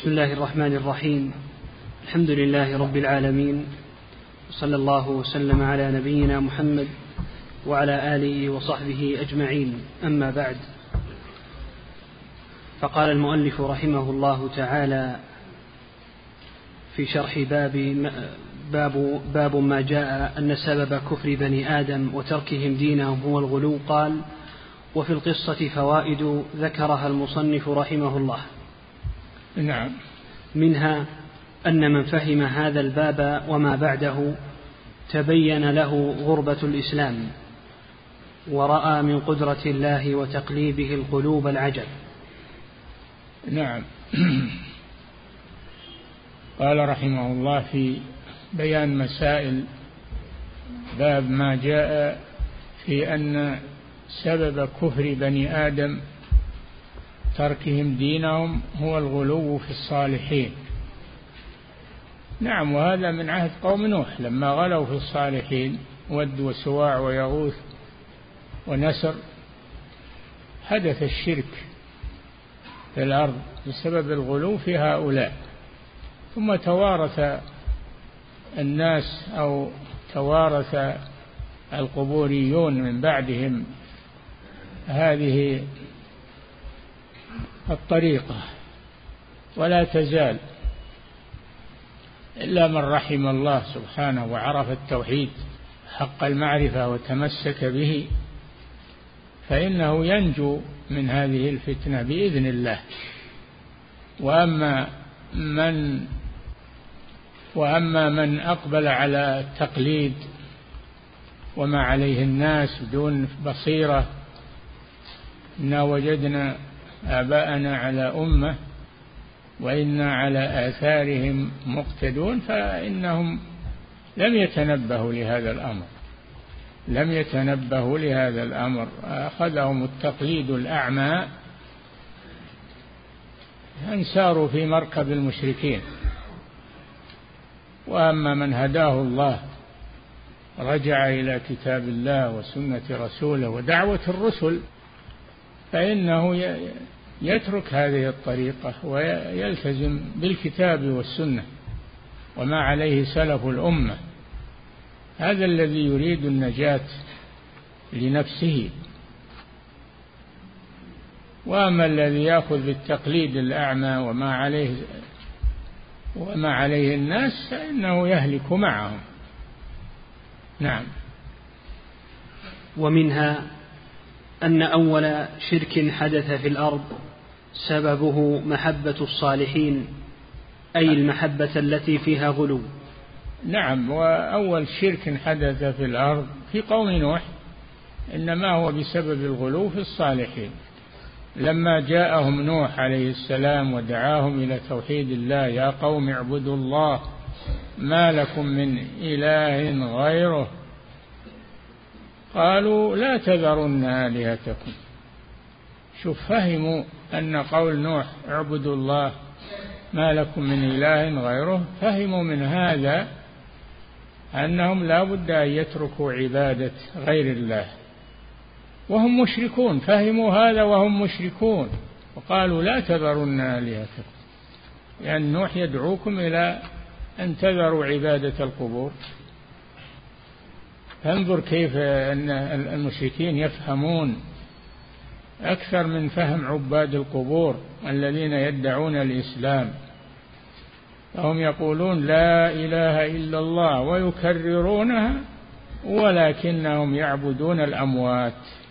بسم الله الرحمن الرحيم. الحمد لله رب العالمين، وصلى الله وسلم على نبينا محمد وعلى آله وصحبه أجمعين. أما بعد، فقال المؤلف رحمه الله تعالى في شرح باب ما جاء أن سبب كفر بني آدم وتركهم دينهم هو الغلو. قال: وفي القصة فوائد ذكرها المصنف رحمه الله. نعم. منها أن من فهم هذا الباب وما بعده تبين له غربة الإسلام، ورأى من قدرة الله وتقليبه القلوب العجب. نعم. قال رحمه الله في بيان مسائل باب ما جاء في أن سبب كفر بني آدم تركهم دينهم هو الغلو في الصالحين. نعم، وهذا من عهد قوم نوح لما غلوا في الصالحين، ود وسواع ويغوث ونسر، حدث الشرك في الأرض بسبب الغلو في هؤلاء. ثم توارث الناس أو توارث القبوريون من بعدهم هذه الطريقة، ولا تزال إلا من رحم الله سبحانه وعرف التوحيد حق المعرفة وتمسك به، فإنه ينجو من هذه الفتنة بإذن الله. وأما من أقبل على التقليد وما عليه الناس بدون بصيرة، إنا وجدنا آباءنا على أمة وإنا على آثارهم مقتدون، فإنهم لم يتنبهوا لهذا الأمر، أخذهم التقليد الأعمى فانساروا في مركب المشركين. وأما من هداه الله رجع إلى كتاب الله وسنة رسوله ودعوة الرسل، فإنه يترك هذه الطريقة ويلتزم بالكتاب والسنة وما عليه سلف الأمة. هذا الذي يريد النجاة لنفسه. وأما الذي يأخذ بالتقليد الأعمى وما عليه الناس فإنه يهلك معهم. نعم. ومنها أن أول شرك حدث في الأرض سببه محبة الصالحين، أي المحبة التي فيها غلو. نعم، وأول شرك حدث في الأرض في قوم نوح إنما هو بسبب الغلو في الصالحين. لما جاءهم نوح عليه السلام ودعاهم إلى توحيد الله: يا قوم اعبدوا الله ما لكم من إله غيره، قالوا لا تذرن آلهتكم. شوف، فهموا أن قول نوح اعبدوا الله ما لكم من إله غيره، فهموا من هذا أنهم لا بد أن يتركوا عبادة غير الله وهم مشركون. فهموا هذا وهم مشركون وقالوا لا تذرن آلهتكم، لأن نوح يدعوكم إلى أن تذروا عبادة القبور. فانظر كيف أن المشركين يفهمون أكثر من فهم عباد القبور الذين يدعون الإسلام. فهم يقولون لا إله إلا الله ويكررونها، ولكنهم يعبدون الأموات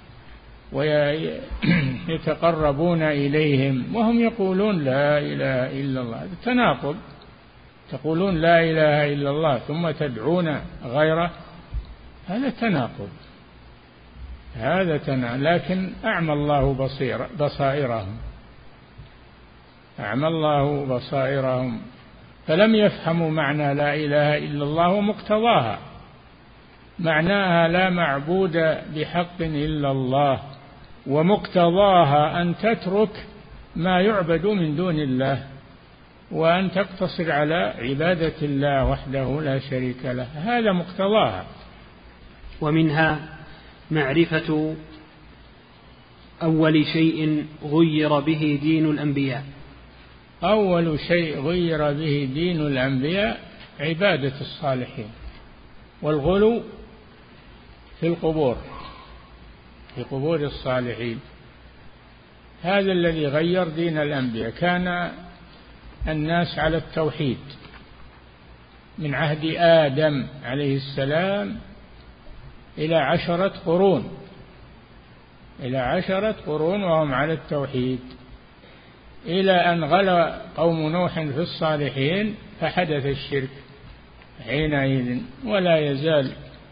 ويتقربون إليهم وهم يقولون لا إله إلا الله. هذا تناقض. تقولون لا إله إلا الله ثم تدعون غيره، هذا تناقض. لكن أعمى الله بصائرهم فلم يفهموا معنى لا إله إلا الله ومقتضاها. معناها لا معبود بحق إلا الله، ومقتضاها أن تترك ما يعبد من دون الله وأن تقتصر على عبادة الله وحده لا شريك له. هذا مقتضاها. ومنها معرفة أول شيء غير به دين الأنبياء. أول شيء غير به دين الأنبياء عبادة الصالحين والغلو في القبور، في قبور الصالحين. هذا الذي غير دين الأنبياء. كان الناس على التوحيد من عهد آدم عليه السلام إلى 10 قرون، إلى 10 قرون وهم على التوحيد، إلى أن غلا قوم نوح في الصالحين فحدث الشرك حينئذ. ولا يزال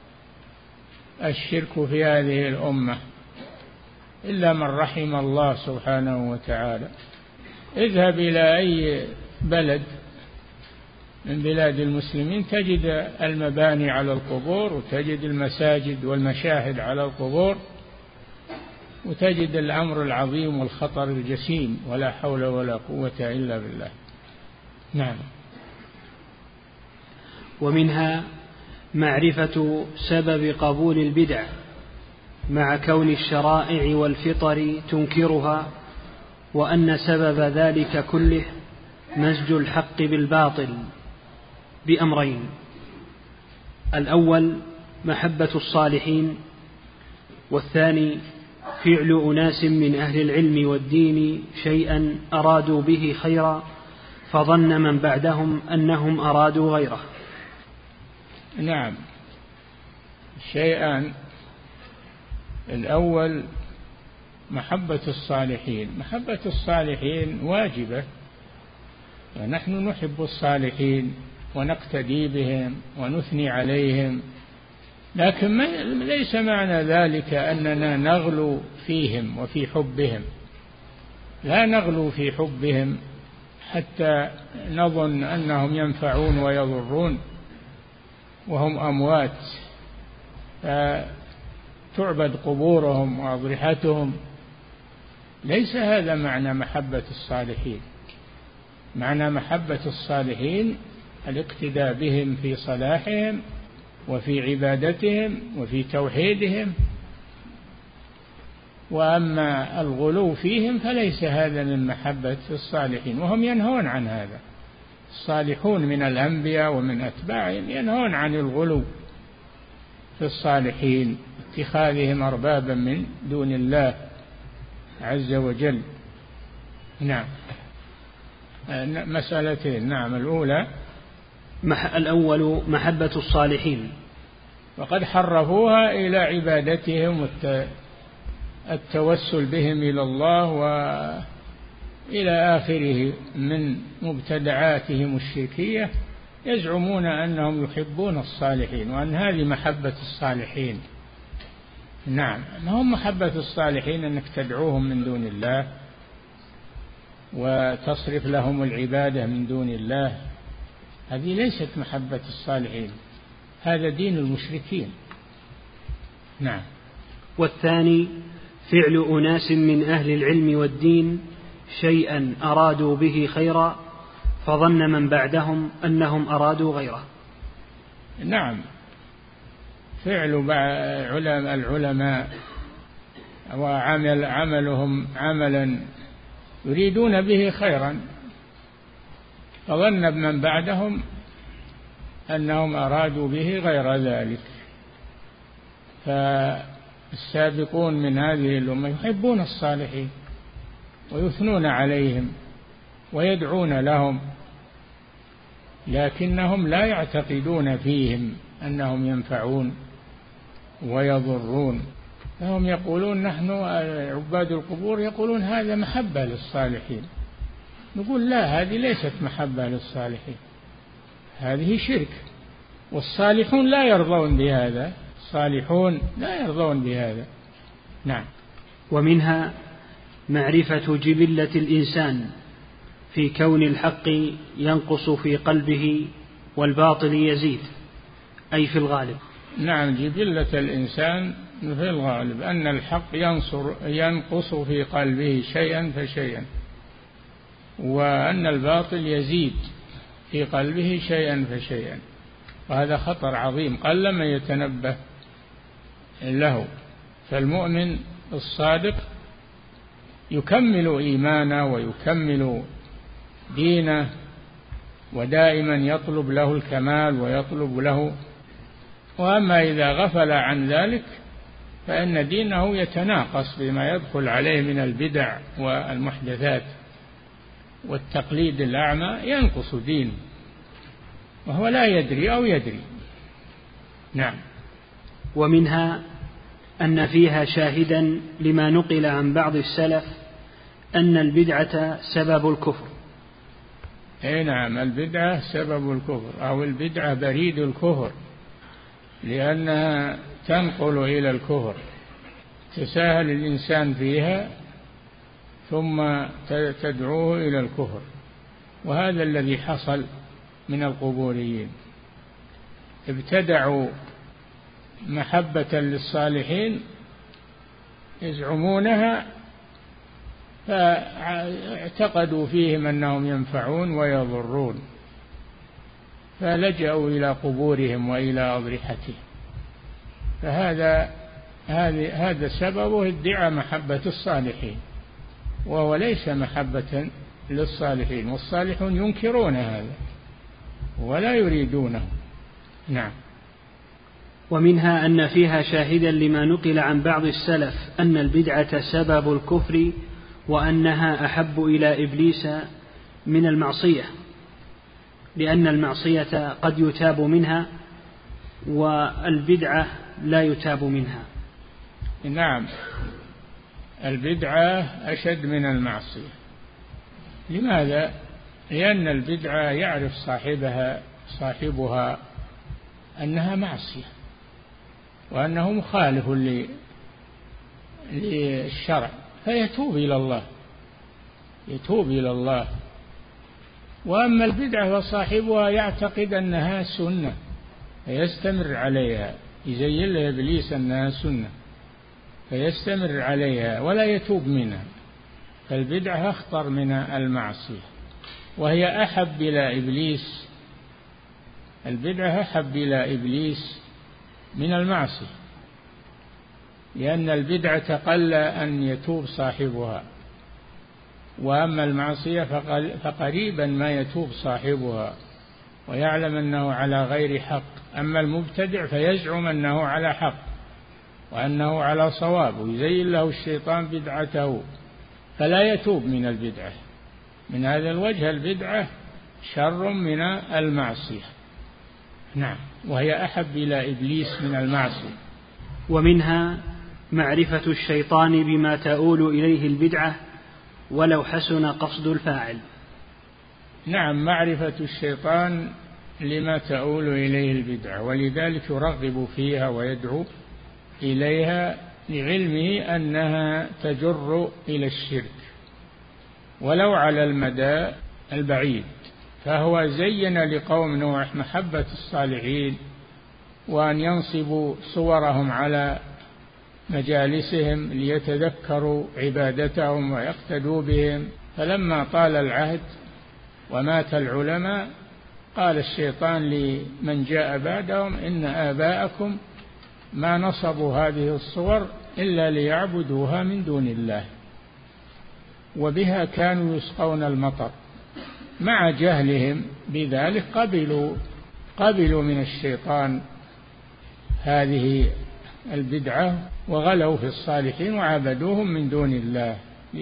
الشرك في هذه الأمة إلا من رحم الله سبحانه وتعالى. اذهب إلى أي بلد من بلاد المسلمين تجد المباني على القبور، وتجد المساجد والمشاهد على القبور، وتجد الأمر العظيم والخطر الجسيم، ولا حول ولا قوة إلا بالله. نعم. ومنها معرفة سبب قبول البدع مع كون الشرائع والفطر تنكرها، وأن سبب ذلك كله مزج الحق بالباطل بأمرين: الأول محبة الصالحين، والثاني فعل أناس من أهل العلم والدين شيئا أرادوا به خيرا فظن من بعدهم أنهم أرادوا غيره. نعم، شيئان: الأول محبة الصالحين. محبة الصالحين واجبة، ونحن نحب الصالحين ونقتدي بهم ونثني عليهم، لكن ليس معنى ذلك أننا نغلو فيهم وفي حبهم. لا نغلو في حبهم حتى نظن أنهم ينفعون ويضرون وهم أموات فتعبد قبورهم وأضرحتهم. ليس هذا معنى محبة الصالحين. معنى محبة الصالحين الاقتداء بهم في صلاحهم وفي عبادتهم وفي توحيدهم. وأما الغلو فيهم فليس هذا من محبة الصالحين، وهم ينهون عن هذا. الصالحون من الأنبياء ومن أتباعهم ينهون عن الغلو في الصالحين، اتخاذهم أربابا من دون الله عز وجل. نعم. مسألتين. نعم. الأولى محبة الصالحين، وقد حرفوها إلى عبادتهم والتوسل بهم إلى الله وإلى آخره من مبتدعاتهم الشركية. يزعمون أنهم يحبون الصالحين وأن هذه محبة الصالحين. نعم، ما هم محبة الصالحين أنك تدعوهم من دون الله وتصرف لهم العبادة من دون الله. هذه ليست محبة الصالحين، هذا دين المشركين. نعم. والثاني فعل أناس من أهل العلم والدين شيئا أرادوا به خيرا فظن من بعدهم أنهم أرادوا غيره. نعم، فعل العلماء وعملهم عملا يريدون به خيرا فظن من بعدهم أنهم أرادوا به غير ذلك. فالسابقون من هذه الأمة يحبون الصالحين ويثنون عليهم ويدعون لهم، لكنهم لا يعتقدون فيهم أنهم ينفعون ويضرون. فهم يقولون نحن عباد القبور يقولون هذا محبة للصالحين. نقول لا، هذه ليست محبة للصالحين، هذه شرك، والصالحون لا يرضون بهذا. الصالحون لا يرضون بهذا. نعم. ومنها معرفة جبلة الإنسان في كون الحق ينقص في قلبه والباطل يزيد، أي في الغالب. نعم، جبلة الإنسان في الغالب أن الحق ينقص في قلبه شيئا فشيئا، وأن الباطل يزيد في قلبه شيئا فشيئا، وهذا خطر عظيم قلما يتنبه له. فالمؤمن الصادق يكمل إيمانه ويكمل دينه ودائما يطلب له الكمال ويطلب له. وأما إذا غفل عن ذلك فإن دينه يتناقص بما يدخل عليه من البدع والمحدثات والتقليد الأعمى، ينقص دينه وهو لا يدري أو يدري. نعم. ومنها أن فيها شاهدا لما نقل عن بعض السلف أن البدعة سبب الكفر. أي نعم، البدعة سبب الكفر أو البدعة بريد الكفر، لأنها تنقل إلى الكفر، تساهل الإنسان فيها ثم تدعوه إلى الكفر. وهذا الذي حصل من القبوريين، ابتدعوا محبة للصالحين يزعمونها، فاعتقدوا فيهم أنهم ينفعون ويضرون، فلجأوا إلى قبورهم وإلى أضرحتهم. هذا سببه ادعاء محبة الصالحين، وهو ليس محبة للصالحين، والصالحون ينكرون هذا ولا يريدونه. نعم. ومنها أن فيها شاهدا لما نقل عن بعض السلف أن البدعة سبب الكفر، وأنها أحب إلى إبليس من المعصية، لأن المعصية قد يتاب منها والبدعة لا يتاب منها. نعم، البدعة أشد من المعصية. لماذا؟ لأن البدعة يعرف صاحبها أنها معصية وأنه مخالف للشرع، فيتوب إلى الله. وأما البدعة فصاحبها يعتقد أنها سنة فيستمر عليها، يزين له إبليس أنها سنة فيستمر عليها ولا يتوب منها. فالبدعة أخطر من المعصية، وهي أحب إلى إبليس. البدعة أحب إلى إبليس من المعصية، لأن البدعة قل أن يتوب صاحبها، وأما المعصية فقريبا ما يتوب صاحبها ويعلم أنه على غير حق. أما المبتدع فيزعم أنه على حق وأنه على صواب، ويزين له الشيطان بدعته فلا يتوب من البدعة. من هذا الوجه البدعة شر من المعصية. نعم، وهي أحب إلى إبليس من المعصية. ومنها معرفة الشيطان بما تؤول إليه البدعة ولو حسن قصد الفاعل. نعم، معرفة الشيطان لما تؤول إليه البدعة، ولذلك يرغب فيها ويدعو إليها لعلمه أنها تجر إلى الشرك ولو على المدى البعيد. فهو زين لقوم نوح محبة الصالحين وأن ينصبوا صورهم على مجالسهم ليتذكروا عبادتهم ويقتدوا بهم. فلما طال العهد ومات العلماء قال الشيطان لمن جاء بعدهم إن آباءكم ما نصبوا هذه الصور إلا ليعبدوها من دون الله، وبها كانوا يسقون المطر. مع جهلهم بذلك قبلوا من الشيطان هذه البدعة وغلوا في الصالحين وعبدوهم من دون الله،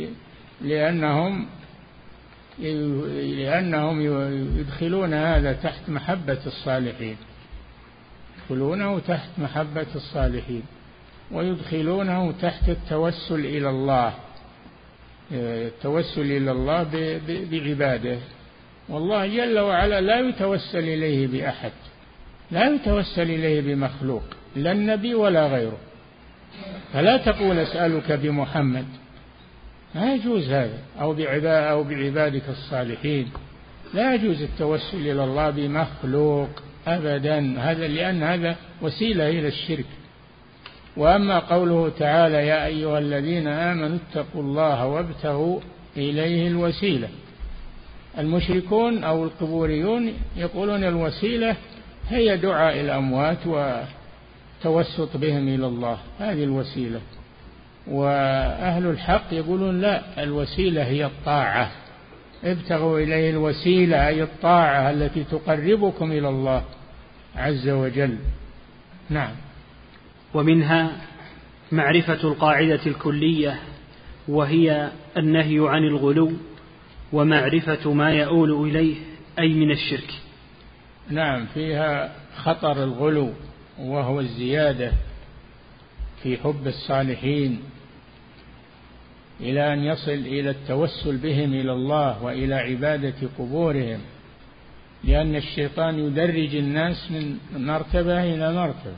لأنهم يدخلون هذا تحت محبة الصالحين، يدخلونه تحت محبة الصالحين ويدخلونه تحت التوسل إلى الله، التوسل إلى الله بعباده. والله جل وعلا لا يتوسل إليه بأحد، لا يتوسل إليه بمخلوق، لا النبي ولا غيره. فلا تقول أسألك بمحمد، ما يجوز هذا، أو بعبادك الصالحين. لا يجوز التوسل إلى الله بمخلوق أبدا، هذا لأن هذا وسيلة إلى الشرك. وأما قوله تعالى يا أيها الذين آمنوا اتقوا الله وابتغوا إليه الوسيلة، المشركون أو القبوريون يقولون الوسيلة هي دعاء الأموات وتوسط بهم إلى الله، هذه الوسيلة. وأهل الحق يقولون لا، الوسيلة هي الطاعة، ابتغوا إليه الوسيلة أي الطاعة التي تقربكم إلى الله عز وجل. نعم. ومنها معرفة القاعدة الكلية وهي النهي عن الغلو ومعرفة ما يؤول إليه أي من الشرك. نعم، فيها خطر الغلو وهو الزيادة في حب الصالحين إلى أن يصل إلى التوسل بهم إلى الله وإلى عبادة قبورهم، لأن الشيطان يدرج الناس من مرتبة إلى مرتبة،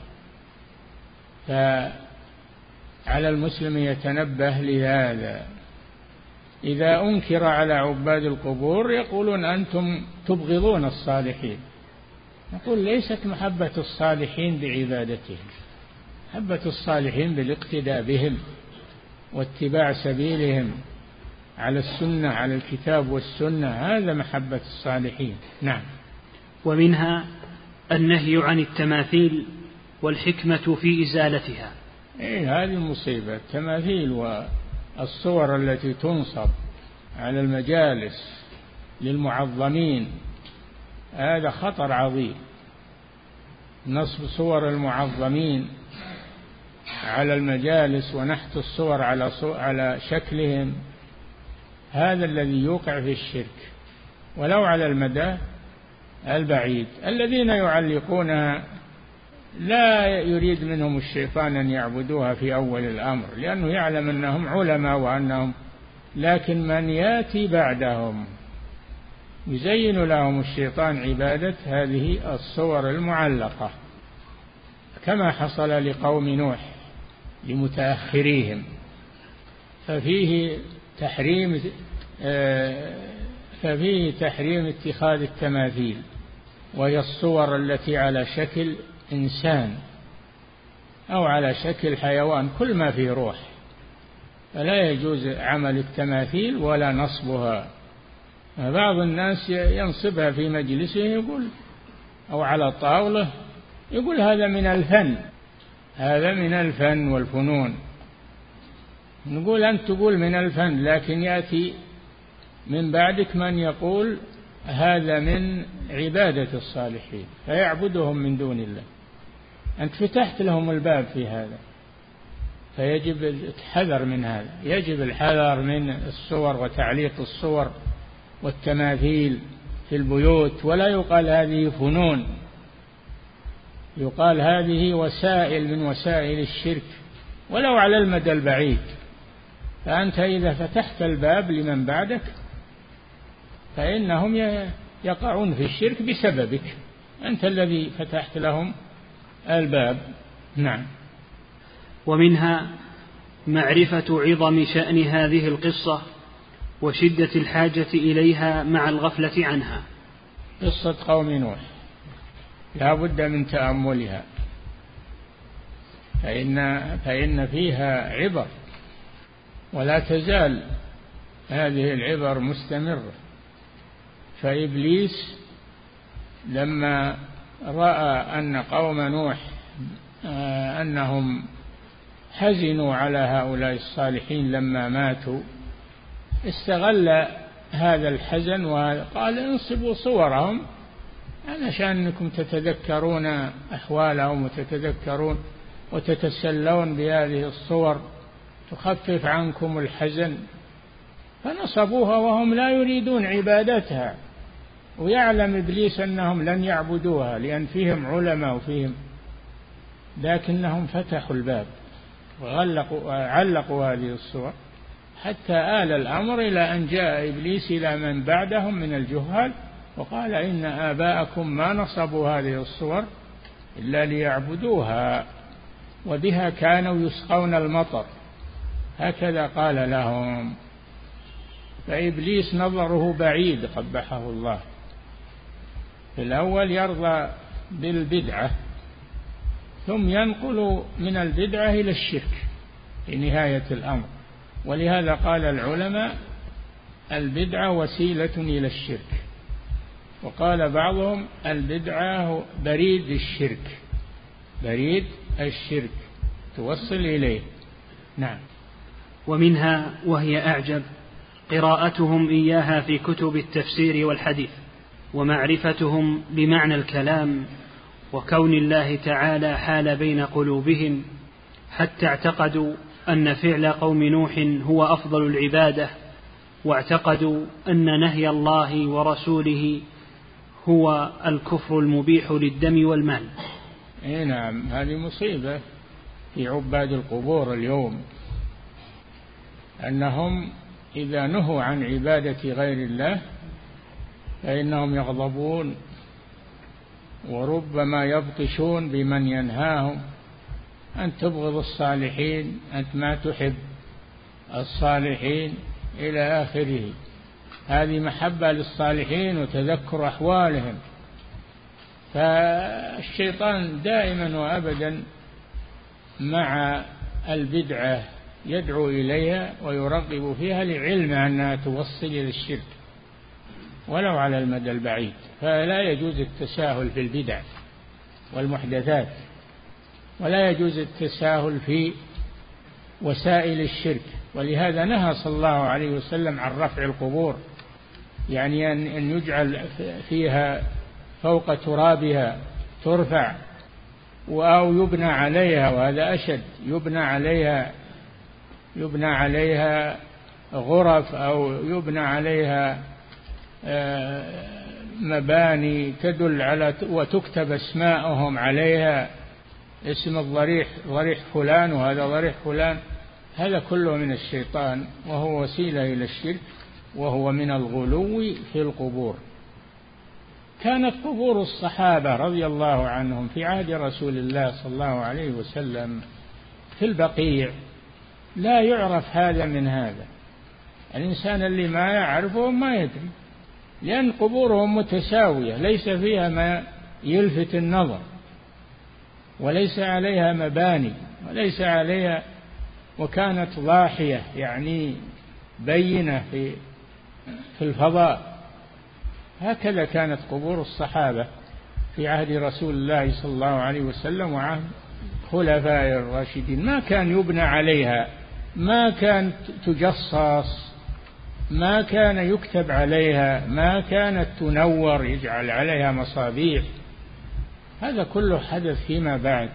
فعلى المسلم يتنبه لهذا. إذا أنكر على عباد القبور يقولون أنتم تبغضون الصالحين، نقول ليست محبة الصالحين بعبادتهم، محبة الصالحين بالاقتداء بهم واتباع سبيلهم على السنة، على الكتاب والسنة، هذا محبة الصالحين. نعم. ومنها النهي عن التماثيل والحكمة في إزالتها. هذه المصيبة، التماثيل والصور التي تنصب على المجالس للمعظمين، هذا خطر عظيم. نصب صور المعظمين على المجالس ونحت الصور على شكلهم، هذا الذي يوقع في الشرك ولو على المدى البعيد. الذين يعلقونها لا يريد منهم الشيطان أن يعبدوها في أول الأمر، لأنه يعلم أنهم علماء وأنهم، لكن من يأتي بعدهم يزين لهم الشيطان عبادة هذه الصور المعلقة، كما حصل لقوم نوح لمتأخريهم. ففيه تحريم اتخاذ التماثيل، وهي الصور التي على شكل إنسان أو على شكل حيوان، كل ما فيه روح، فلا يجوز عمل التماثيل ولا نصبها. بعض الناس ينصبها في مجلسه يقول، أو على طاولة، يقول هذا من الفن، هذا من الفن والفنون. نقول أنت تقول من الفن، لكن يأتي من بعدك من يقول هذا من عبادة الصالحين فيعبدهم من دون الله. أنت فتحت لهم الباب في هذا، فيجب الحذر من هذا، يجب الحذر من الصور وتعليق الصور والتماثيل في البيوت. ولا يقال هذه فنون، يقال هذه وسائل من وسائل الشرك ولو على المدى البعيد. فأنت إذا فتحت الباب لمن بعدك فإنهم يقعون في الشرك بسببك، أنت الذي فتحت لهم الباب. نعم. ومنها معرفة عظم شأن هذه القصة وشدة الحاجة إليها مع الغفلة عنها. قصة قوم نوح لا بد من تأملها، فإن فيها عبر، ولا تزال هذه العبر مستمرة. فإبليس لما رأى أن قوم نوح أنهم حزنوا على هؤلاء الصالحين لما ماتوا، استغل هذا الحزن وقال انصبوا صورهم علشان أنكم تتذكرون أحوالهم وتتذكرون وتتسلون بهذه الصور تخفف عنكم الحزن. فنصبوها وهم لا يريدون عبادتها، ويعلم إبليس أنهم لن يعبدوها لأن فيهم علماء وفيهم، لكنهم فتحوا الباب وعلقوا هذه الصور حتى آل الأمر إلى أن جاء إبليس إلى من بعدهم من الجهال وقال إن آباءكم ما نصبوا هذه الصور إلا ليعبدوها وبها كانوا يسقون المطر، هكذا قال لهم. فإبليس نظره بعيد قبحه الله، في الأول يرضى بالبدعة ثم ينقل من البدعة إلى الشرك في نهاية الأمر. ولهذا قال العلماء البدعة وسيلة إلى الشرك، وقال بعضهم البدعة بريد الشرك، بريد الشرك توصل إليه. نعم. ومنها وهي أعجب قراءتهم إياها في كتب التفسير والحديث، ومعرفتهم بمعنى الكلام، وكون الله تعالى حال بين قلوبهم حتى اعتقدوا أن فعل قوم نوح هو أفضل العبادة، واعتقدوا أن نهي الله ورسوله هو الكفر المبيح للدم والمال. نعم، هذه مصيبة في عباد القبور اليوم، أنهم إذا نهوا عن عبادة غير الله فإنهم يغضبون، وربما يبطشون بمن ينهاهم. أن تبغض الصالحين، أنت ما تحب الصالحين، إلى آخره. هذه محبة للصالحين وتذكر أحوالهم. فالشيطان دائما وأبدا مع البدعة يدعو إليها ويرغب فيها لعلم أنها توصل إلى الشرك ولو على المدى البعيد. فلا يجوز التساهل في البدع والمحدثات، ولا يجوز التساهل في وسائل الشرك. ولهذا نهى صلى الله عليه وسلم عن رفع القبور، يعني أن يجعل فيها فوق ترابها ترفع أو يبنى عليها، وهذا أشد، يبنى عليها غرف أو يبنى عليها مباني تدل على وتكتب اسماءهم عليها، اسم الضريح ضريح فلان وهذا ضريح فلان. هذا كله من الشيطان، وهو وسيلة إلى الشرك، وهو من الغلو في القبور. كانت قبور الصحابة رضي الله عنهم في عهد رسول الله صلى الله عليه وسلم في البقيع، لا يعرف هذا من هذا. الإنسان اللي ما يعرفه ما يدري، لأن قبورهم متساوية، ليس فيها ما يلفت النظر، وليس عليها مباني، وليس عليها، وكانت ضاحية يعني بينة في الفضاء. هكذا كانت قبور الصحابة في عهد رسول الله صلى الله عليه وسلم وعهد خلفاء الراشدين. ما كان يبنى عليها، ما كانت تجصص، ما كان يكتب عليها، ما كانت تنور يجعل عليها مصابيح. هذا كله حدث فيما بعد،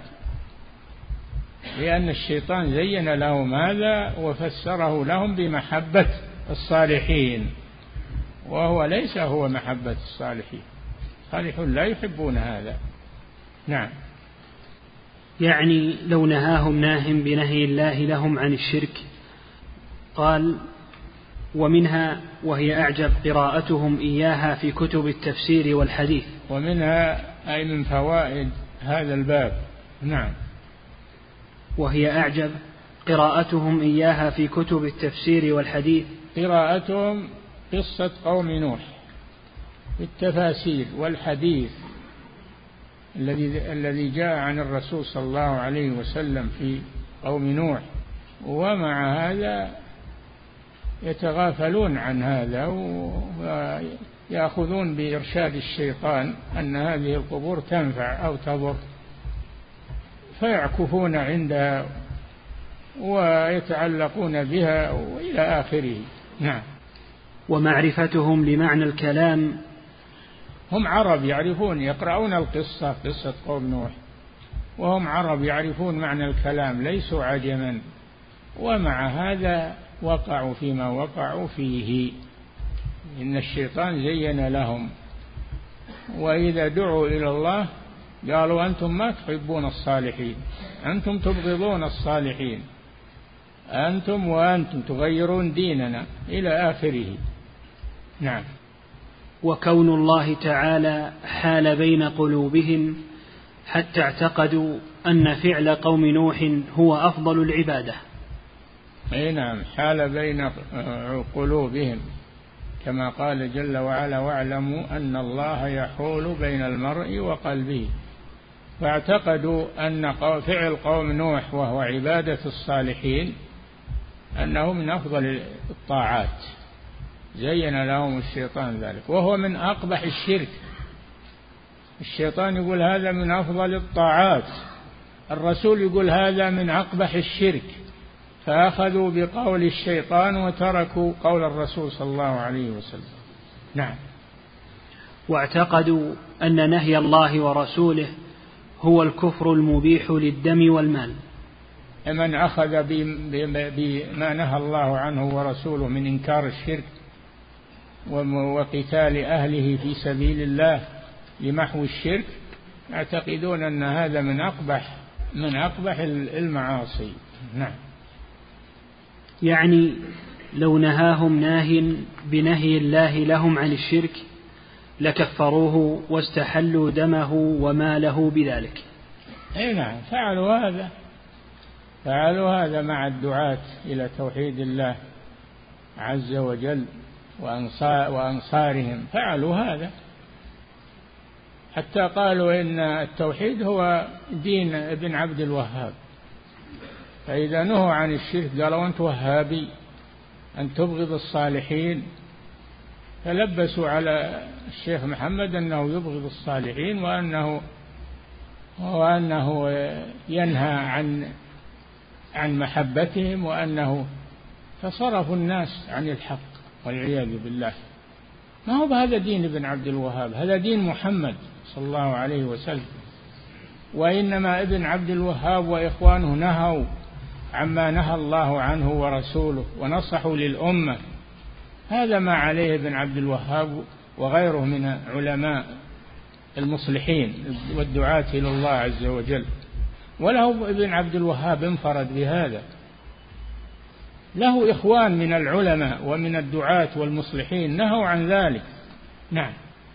لأن الشيطان زين لهم هذا وفسره لهم بمحبة الصالحين، وهو ليس هو محبة الصالحين. الصالحون لا يحبون هذا. نعم. يعني لو نهاهم ناه بنهي الله لهم عن الشرك. قال: ومنها وهي أعجب قراءتهم إياها في كتب التفسير والحديث. ومنها أي من فوائد هذا الباب. نعم. وهي أعجب قراءتهم إياها في كتب التفسير والحديث. قراءتهم قصة قوم نوح في التفاسير والحديث الذي جاء عن الرسول صلى الله عليه وسلم في قوم نوح، ومع هذا يتغافلون عن هذا ويأخذون بإرشاد الشيطان أن هذه القبور تنفع أو تضر، فيعكفون عندها ويتعلقون بها وإلى آخره. نعم. ومعرفتهم لمعنى الكلام. هم عرب يعرفون، يقرؤون القصة، قصة قوم نوح، وهم عرب يعرفون معنى الكلام، ليسوا عجما، ومع هذا وقعوا فيما وقعوا فيه. إن الشيطان زين لهم، وإذا دعوا إلى الله قالوا أنتم ما تحبون الصالحين، أنتم تبغضون الصالحين، أنتم وأنتم تغيرون ديننا، إلى آخره. نعم. وكون الله تعالى حال بين قلوبهم حتى اعتقدوا أن فعل قوم نوح هو أفضل العبادة. أي نعم، حال بين قلوبهم، كما قال جل وعلا: واعلموا أن الله يحول بين المرء وقلبه. فاعتقدوا أن فعل قوم نوح وهو عبادة الصالحين أنه من أفضل الطاعات، زين لهم الشيطان ذلك، وهو من أقبح الشرك. الشيطان يقول هذا من أفضل الطاعات، الرسول يقول هذا من أقبح الشرك، فأخذوا بقول الشيطان وتركوا قول الرسول صلى الله عليه وسلم. نعم. واعتقدوا أن نهي الله ورسوله هو الكفر المبيح للدم والمال. من أخذ بما نهى الله عنه ورسوله من إنكار الشرك وقتال أهله في سبيل الله لمحو الشرك، يعتقدون أن هذا من أقبح المعاصي. نعم. يعني لو نهاهم ناه بنهي الله لهم عن الشرك لكفروه واستحلوا دمه وماله بذلك. أي نعم، فعلوا هذا مع الدعاة إلى توحيد الله عز وجل وأنصارهم، فعلوا هذا حتى قالوا إن التوحيد هو دين ابن عبد الوهاب. فإذا نهوا عن الشرك قالوا أنت وهابي، أن تبغض الصالحين، فلبسوا على الشيخ محمد أنه يبغض الصالحين وأنه ينهى عن محبتهم، وأنه فصرفوا الناس عن الحق والعياذ بالله. ما هو بهذا دين ابن عبد الوهاب، هذا دين محمد صلى الله عليه وسلم. وإنما ابن عبد الوهاب وإخوانه نهوا عما نهى الله عنه ورسوله ونصحوا للأمة. هذا ما عليه ابن عبد الوهاب وغيره من علماء المصلحين والدعاة إلى الله عز وجل. وله ابن عبد الوهاب انفرد بهذا، له إخوان من العلماء ومن الدعاة والمصلحين نهوا عن ذلك. نعم.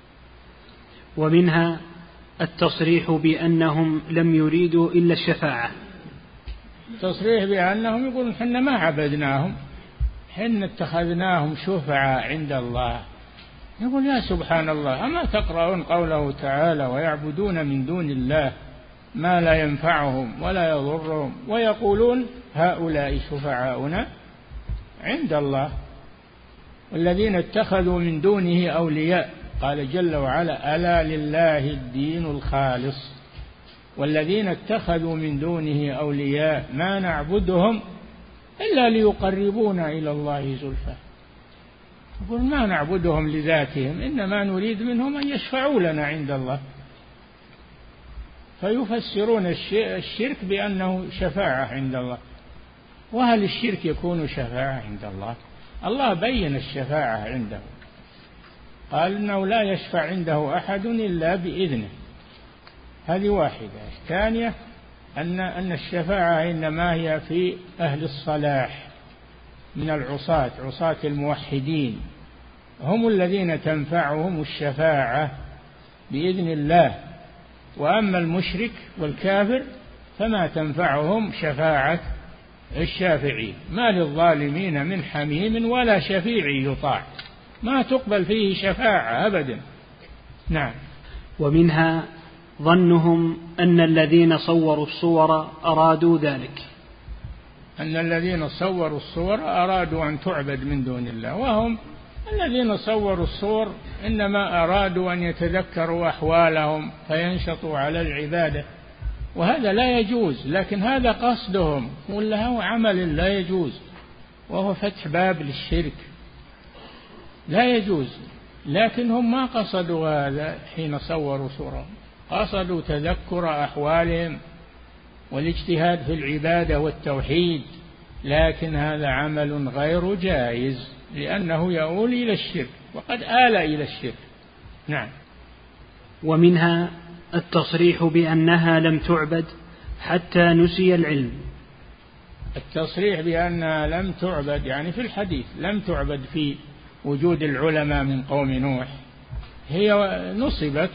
ومنها التصريح بأنهم لم يريدوا إلا الشفاعة. تصريح بأنهم يقولون حنا ما عبدناهم، حنا اتخذناهم شفعاء عند الله. يقول يا سبحان الله، أما تقرؤون قوله تعالى ويعبدون من دون الله ما لا ينفعهم ولا يضرهم ويقولون هؤلاء شفعاؤنا عند الله والذين اتخذوا من دونه أولياء. قال جل وعلا ألا لله الدين الخالص والذين اتخذوا من دونه أولياء ما نعبدهم إلا ليقربونا إلى الله زلفى. يقول ما نعبدهم لذاتهم، إنما نريد منهم أن يشفعوا لنا عند الله. فيفسرون الشرك بأنه شفاعة عند الله. وهل الشرك يكون شفاعة عند الله؟ الله بين الشفاعة عنده، قال إنه لا يشفع عنده أحد إلا بإذنه. هذه واحدة. الثانية أن الشفاعة إنما هي في أهل الصلاح من عصاة الموحدين، هم الذين تنفعهم الشفاعة بإذن الله. وأما المشرك والكافر فما تنفعهم شفاعة الشافعين. ما للظالمين من حميم ولا شفيع يطاع، ما تقبل فيه شفاعة أبدا. نعم. ومنها ظنهم أن الذين صوروا الصور أرادوا ذلك، أن الذين صوروا الصور أرادوا أن تعبد من دون الله، وهم الذين صوروا الصور إنما أرادوا أن يتذكروا أحوالهم فينشطوا على العبادة، وهذا لا يجوز. لكن هذا قصدهم، ولا هو عمل لا يجوز، وهو فتح باب للشرك لا يجوز. لكن هم ما قصدوا هذا حين صوروا صورهم، قصدوا تذكر أحوالهم والاجتهاد في العبادة والتوحيد. لكن هذا عمل غير جائز لأنه يؤول إلى الشرك، وقد آل إلى الشرك. نعم. ومنها التصريح بأنها لم تعبد حتى نسي العلم. التصريح بأنها لم تعبد يعني في الحديث لم تعبد في وجود العلماء من قوم نوح، هي نصبت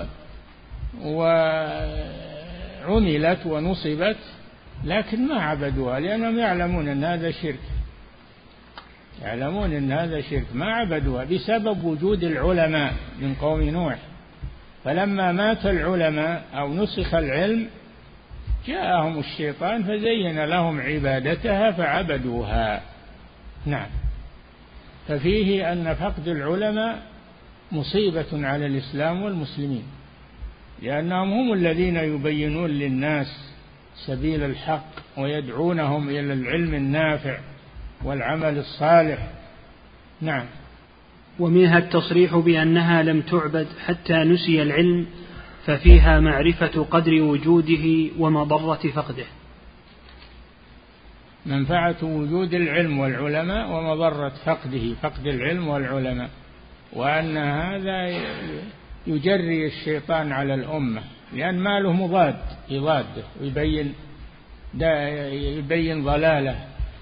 وعملت ونصبت لكن ما عبدوها، لأنهم يعلمون أن هذا شرك، يعلمون أن هذا شرك، ما عبدوها بسبب وجود العلماء من قوم نوح. فلما مات العلماء أو نسخ العلم جاءهم الشيطان فزين لهم عبادتها فعبدوها. نعم. ففيه أن فقد العلماء مصيبة على الإسلام والمسلمين، لأنهم هم الذين يبينون للناس سبيل الحق ويدعونهم إلى العلم النافع والعمل الصالح. نعم. ومنها التصريح بأنها لم تعبد حتى نسي العلم، ففيها معرفة قدر وجوده ومضرة فقده. منفعة وجود العلم والعلماء ومضرة فقده، فقد العلم والعلماء، وأن هذا يجري الشيطان على الأمة، لأن ماله مضاد يضاده ويبين ضلاله،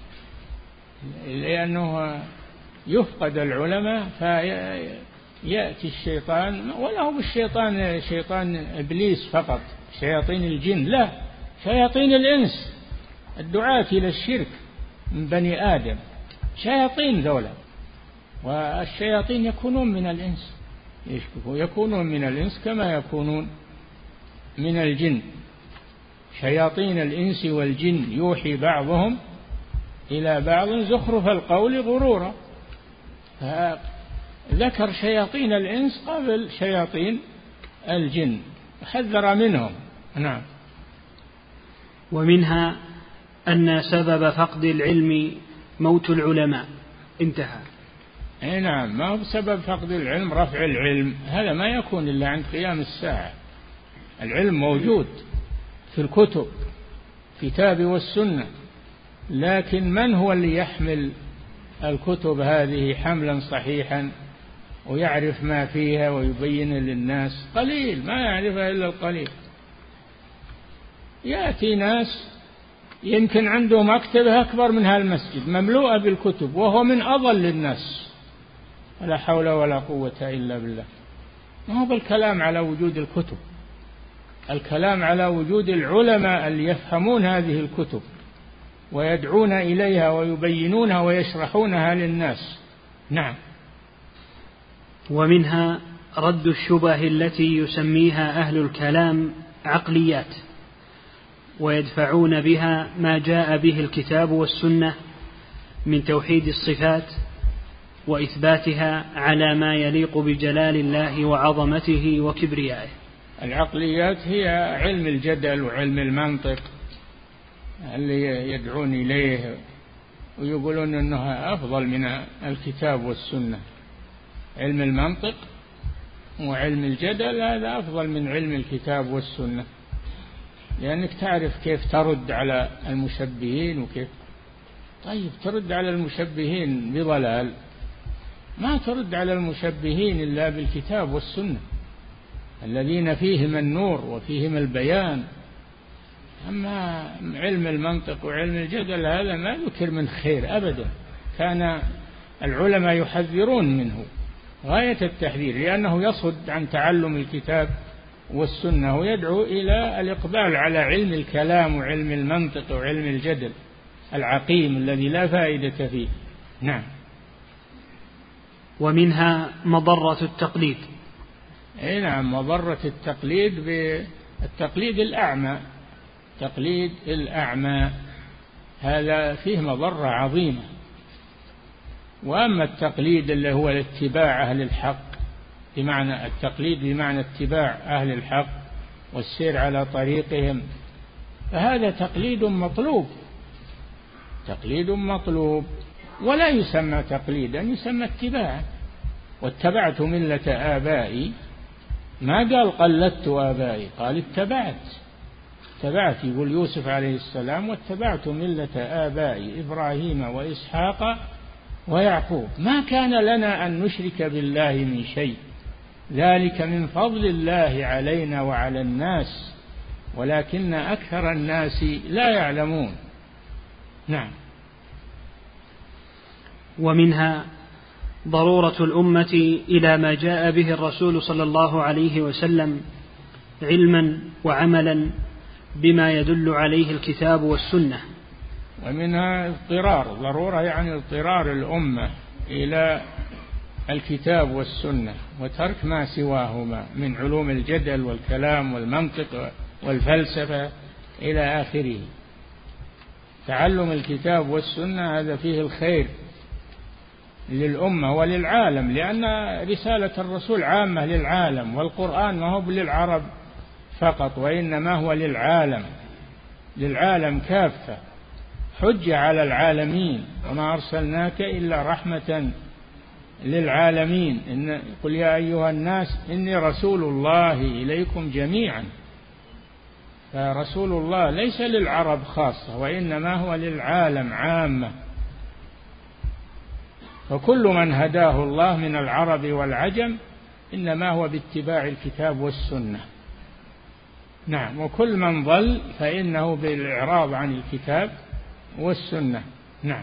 لأنه يفقد العلماء فيأتي الشيطان، ولا هو بالشيطان شيطان إبليس فقط، شياطين الجن، لا، شياطين الإنس الدعاة إلى الشرك من بني آدم، شياطين ذولا. والشياطين يكونون من الإنس، يكونون من الإنس كما يكونون من الجن. شياطين الإنس والجن يوحي بعضهم إلى بعض زخرف القول غرورا. ذكر شياطين الإنس قبل شياطين الجن، حذر منهم. نعم. ومنها أن سبب فقد العلم موت العلماء. انتهى. نعم، ما هو بسبب فقد العلم رفع العلم، هذا ما يكون إلا عند قيام الساعة. العلم موجود في الكتب، الكتاب والسنة، لكن من هو اللي يحمل الكتب هذه حملا صحيحا ويعرف ما فيها ويبين للناس؟ قليل، ما يعرفها إلا القليل. يأتي ناس يمكن عنده مكتبة أكبر من هالمسجد مملوءة بالكتب، وهو من أضل الناس، لا حول ولا قوة إلا بالله. ما هو بالكلام على وجود الكتب، الكلام على وجود العلماء اللي يفهمون هذه الكتب ويدعون إليها ويبينونها ويشرحونها للناس. نعم. ومنها رد الشبه التي يسميها أهل الكلام عقليات، ويدفعون بها ما جاء به الكتاب والسنة من توحيد الصفات وإثباتها على ما يليق بجلال الله وعظمته وكبريائه. العقليات هي علم الجدل وعلم المنطق اللي يدعون إليه ويقولون أنها أفضل من الكتاب والسنة. علم المنطق وعلم الجدل هذا أفضل من علم الكتاب والسنة، لأنك تعرف كيف ترد على المشبهين وكيف. طيب ترد على المشبهين بضلال، ما ترد على المشبهين إلا بالكتاب والسنة الذين فيهم النور وفيهم البيان. أما علم المنطق وعلم الجدل هذا ما ذكر من خير أبدا، كان العلماء يحذرون منه غاية التحذير، لأنه يصد عن تعلم الكتاب والسنة ويدعو إلى الإقبال على علم الكلام وعلم المنطق وعلم الجدل العقيم الذي لا فائدة فيه. نعم. ومنها مضرة التقليد. نعم، مضرة التقليد بالتقليد الأعمى. تقليد الأعمى هذا فيه مضرة عظيمة. وأما التقليد اللي هو الاتباع أهل الحق، بمعنى التقليد بمعنى اتباع أهل الحق والسير على طريقهم، فهذا تقليد مطلوب، تقليد مطلوب، ولا يسمى تقليدا، يسمى اتباعا. واتبعت ملة آبائي، ما قال قلدت آبائي، قال اتبعت. يقول يوسف عليه السلام واتبعت ملة آبائي إبراهيم وإسحاق ويعقوب ما كان لنا أن نشرك بالله من شيء، ذلك من فضل الله علينا وعلى الناس ولكن أكثر الناس لا يعلمون. نعم. ومنها ضرورة الأمة إلى ما جاء به الرسول صلى الله عليه وسلم علما وعملا بما يدل عليه الكتاب والسنة. ومنها اضطرار، ضرورة يعني اضطرار الأمة إلى الكتاب والسنة وترك ما سواهما من علوم الجدل والكلام والمنطق والفلسفة إلى آخره. تعلم الكتاب والسنة هذا فيه الخير للأمة وللعالم، لأن رسالة الرسول عامة للعالم، والقرآن ما هو للعرب فقط وإنما هو للعالم. للعالم كافة، حجة على العالمين، وما أرسلناك إلا رحمة للعالمين. قل يا أيها الناس إني رسول الله إليكم جميعا. فرسول الله ليس للعرب خاصة، وإنما هو للعالم عامة. فكل من هداه الله من العرب والعجم إنما هو باتباع الكتاب والسنة. نعم. وكل من ضل فإنه بالإعراض عن الكتاب والسنة. نعم.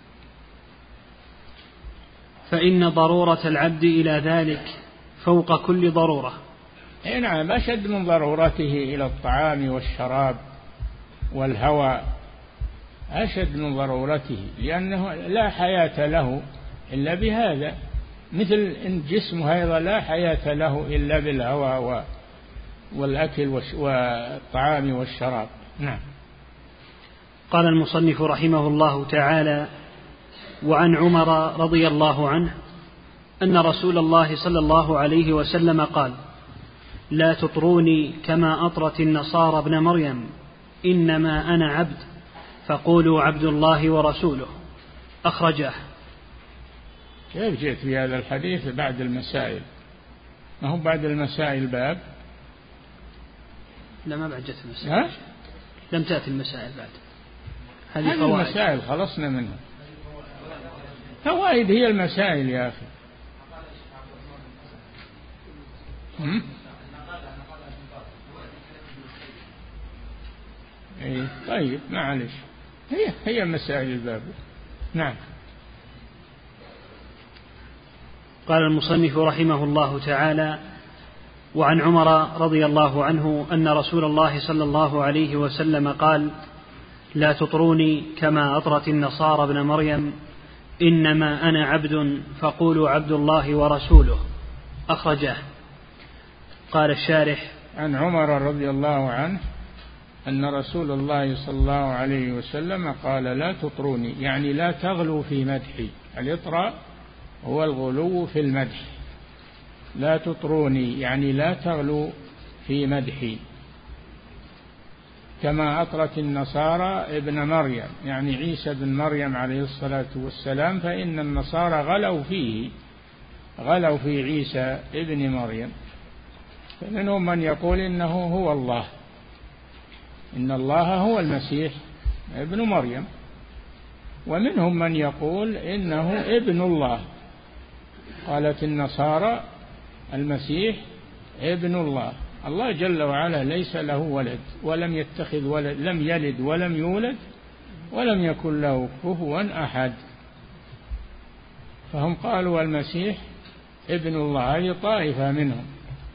فإن ضرورة العبد إلى ذلك فوق كل ضرورة. نعم، أشد من ضرورته إلى الطعام والشراب والهوى، أشد من ضرورته، لأنه لا حياة له إلا بهذا، مثل إن جسمه أيضا لا حياة له إلا بالهوى والأكل والطعام والشراب. نعم. قال المصنف رحمه الله تعالى: وعن عمر رضي الله عنه أن رسول الله صلى الله عليه وسلم قال: لا تطروني كما أطرت النصارى ابن مريم، إنما أنا عبد فقولوا عبد الله ورسوله. أخرجه. كيف جئت في هذا الحديث بعد المسائل؟ ما هو بعد المسائل باب؟ لا، ما بعد جت المسائل. لم تأتي المسائل بعد. هذه المسائل خلصنا منها. فوائد هي المسائل يا أخي. إيه طيب معلش، هي مسائل الباب. نعم. قال المصنف رحمه الله تعالى: وعن عمر رضي الله عنه أن رسول الله صلى الله عليه وسلم قال: لا تطروني كما أطرت النصارى ابن مريم، إنما أنا عبد فقولوا عبد الله ورسوله. أخرجه. قال الشارح: عن عمر رضي الله عنه أن رسول الله صلى الله عليه وسلم قال: لا تطروني، يعني لا تغلوا في مدحي. الإطراء هو الغلو في المدح. لا تطروني يعني لا تغلوا في مدحي، كما أطرت النصارى ابن مريم، يعني عيسى بن مريم عليه الصلاة والسلام، فإن النصارى غلوا في عيسى ابن مريم. فمنهم من يقول إنه هو الله، إن الله هو المسيح ابن مريم، ومنهم من يقول إنه ابن الله. قالت النصارى المسيح ابن الله. الله جل وعلا ليس له ولد ولم يتخذ ولد، لم يلد ولم يولد ولم يكن له كفوا أحد. فهم قالوا المسيح ابن الله، هذه طائفة منهم.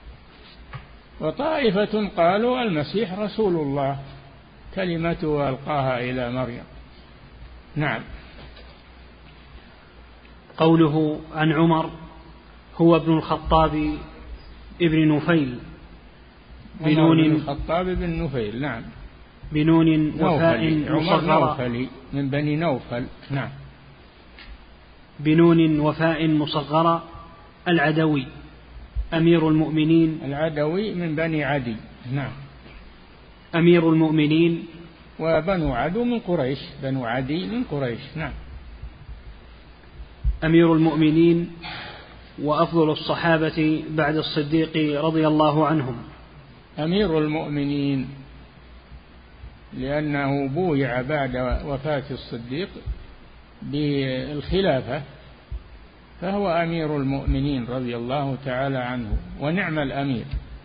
وطائفة قالوا المسيح رسول الله، كلمته ألقاها إلى مريم. نعم. قوله عن عمر هو ابن الخطاب ابن نفيل بنون الخطاب بن نفيل. نعم. بنون وفاء مصغرة نوفلي من بني نوفل. نعم. بنون وفاء مصغرة العدوي أمير المؤمنين. العدوي من بني عدي. نعم. أمير المؤمنين. وبنو عدو من قريش، بنو عدي من قريش. نعم. أمير المؤمنين وأفضل الصحابة بعد الصديق رضي الله عنهم. أمير المؤمنين لأنه بويع بعد وفاة الصديق بالخلافة، فهو أمير المؤمنين رضي الله تعالى عنه، ونعم الأمير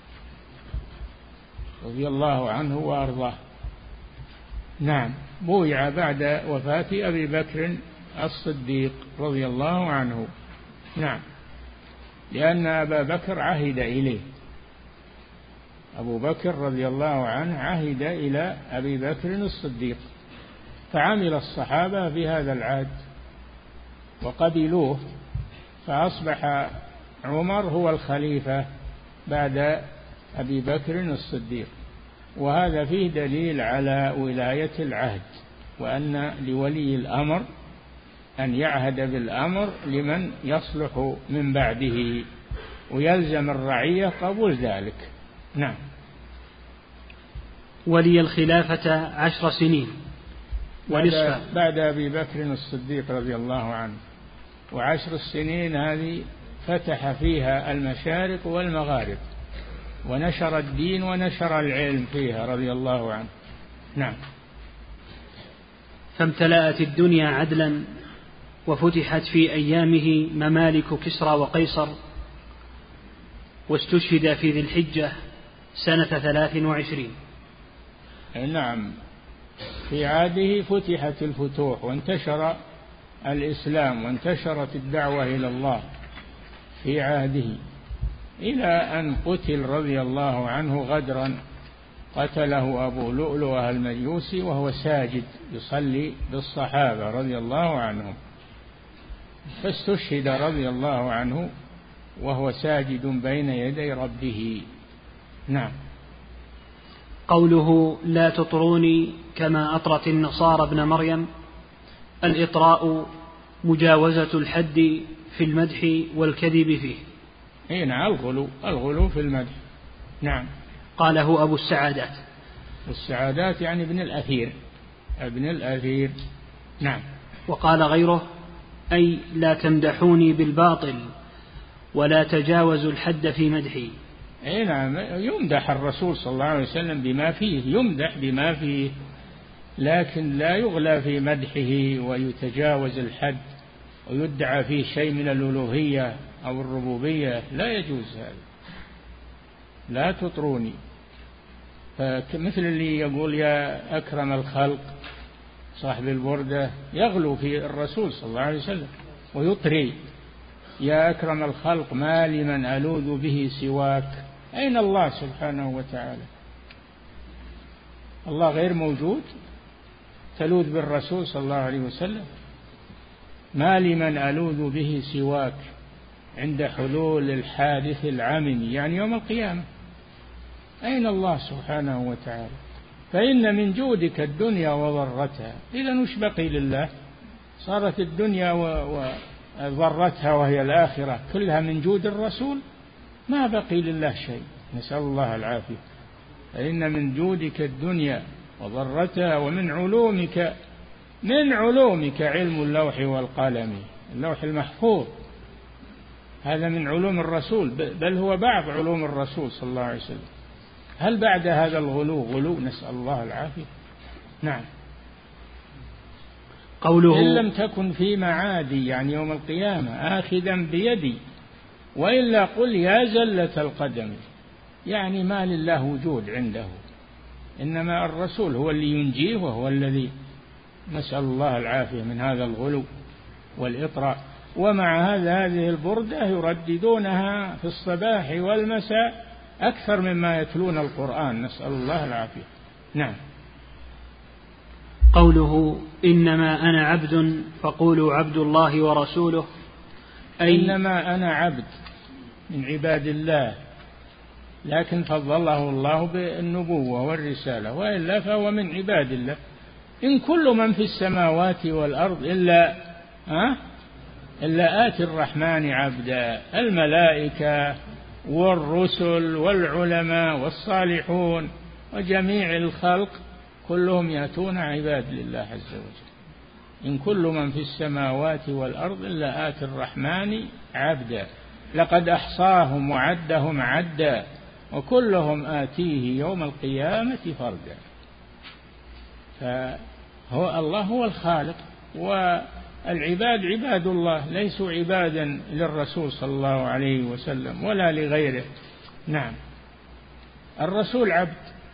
رضي الله عنه وأرضاه. نعم. بويع بعد وفاة أبي بكر الصديق رضي الله عنه. نعم. لأن أبا بكر عهد إليه، أبو بكر رضي الله عنه عهد إلى أبي بكر الصديق، فعمل الصحابة بهذا العهد وقبلوه، فأصبح عمر هو الخليفة بعد أبي بكر الصديق. وهذا فيه دليل على ولاية العهد، وأن لولي الأمر أن يعهد بالأمر لمن يصلح من بعده، ويلزم الرعية قبول ذلك. نعم. ولي الخلافة 10 سنين ونصفا بعد أبي بكر الصديق رضي الله عنه، و10 السنين هذه فتح فيها المشارق والمغارب ونشر الدين ونشر العلم فيها رضي الله عنه. نعم. فامتلأت الدنيا عدلا وفتحت في أيامه ممالك كسرى وقيصر، واستشهد في ذي الحجة سنة 23. نعم، في عهده فتحت الفتوح وانتشر الإسلام وانتشرت الدعوة إلى الله في عهده، إلى أن قتل رضي الله عنه غدرا، قتله أبو لؤلؤة المجوسي وهو ساجد يصلي بالصحابة رضي الله عنهم، فاستشهد رضي الله عنه وهو ساجد بين يدي ربه. نعم. قوله لا تطروني كما أطرت النصارى ابن مريم، الإطراء مجاوزة الحد في المدح والكذب فيه. نعم، الغلو في المدح. نعم. قاله أبو السعادات. السعادات يعني ابن الأثير. نعم. وقال غيره أي لا تمدحوني بالباطل ولا تجاوزوا الحد في مدحي. نعم، يمدح الرسول صلى الله عليه وسلم بما فيه، يمدح بما فيه، لكن لا يغلى في مدحه ويتجاوز الحد ويدعى فيه شيء من الألوهية أو الربوبية، لا يجوز هذا. لا تطروني، مثل اللي يقول يا أكرم الخلق صاحب البردة، يغلو في الرسول صلى الله عليه وسلم ويطري يا أكرم الخلق ما لمن ألوذ به سواك. أين الله سبحانه وتعالى؟ الله غير موجود، تلوذ بالرسول صلى الله عليه وسلم. ما لمن ألوذ به سواك عند حلول الحادث العمم، يعني يوم القيامة. أين الله سبحانه وتعالى؟ فإن من جودك الدنيا وضرتها، إذا وش بقي لله؟ صارت الدنيا وضرتها وهي الآخرة كلها من جود الرسول، ما بقي لله شيء، نسأل الله العافية. فإن من جودك الدنيا وضرتها، ومن علومك علم اللوح والقلم، اللوح المحفوظ هذا من علوم الرسول، بل هو بعض علوم الرسول صلى الله عليه وسلم. هل بعد هذا الغلو؟ نسأل الله العافية. نعم. قوله إن لم تكن في معادي، يعني يوم القيامة، آخذا بيدي، وإلا قل يا زلة القدم، يعني ما لله وجود عنده، إنما الرسول هو اللي ينجيه وهو الذي، نسأل الله العافية من هذا الغلو والإطراء. ومع هذه البردة يرددونها في الصباح والمساء أكثر مما يتلون القرآن، نسأل الله العافية. نعم. قوله إنما أنا عبد فقولوا عبد الله ورسوله، أي إنما أنا عبد من عباد الله، لكن فضله الله بالنبوة والرسالة، وإلا فهو من عباد الله. إن كل من في السماوات والأرض إلا آتي الرحمن عبدا، الملائكة والرسل والعلماء والصالحون وجميع الخلق كلهم يأتون عباد لله عز وجل. إن كل من في السماوات والأرض إلا آتي الرحمن عبدا، لقد أحصاهم وعدهم عدا وكلهم آتيه يوم القيامة فردا. فهو الله هو الخالق، والعباد عباد الله، ليسوا عبادا للرسول صلى الله عليه وسلم ولا لغيره. نعم. الرسول عبد،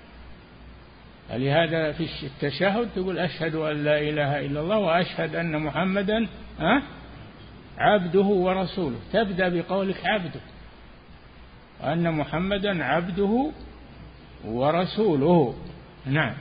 لهذا في التشهد تقول أشهد أن لا إله إلا الله وأشهد أن محمدا عبده ورسوله، تبدأ بقولك عبده، وأن محمدا عبده ورسوله. نعم.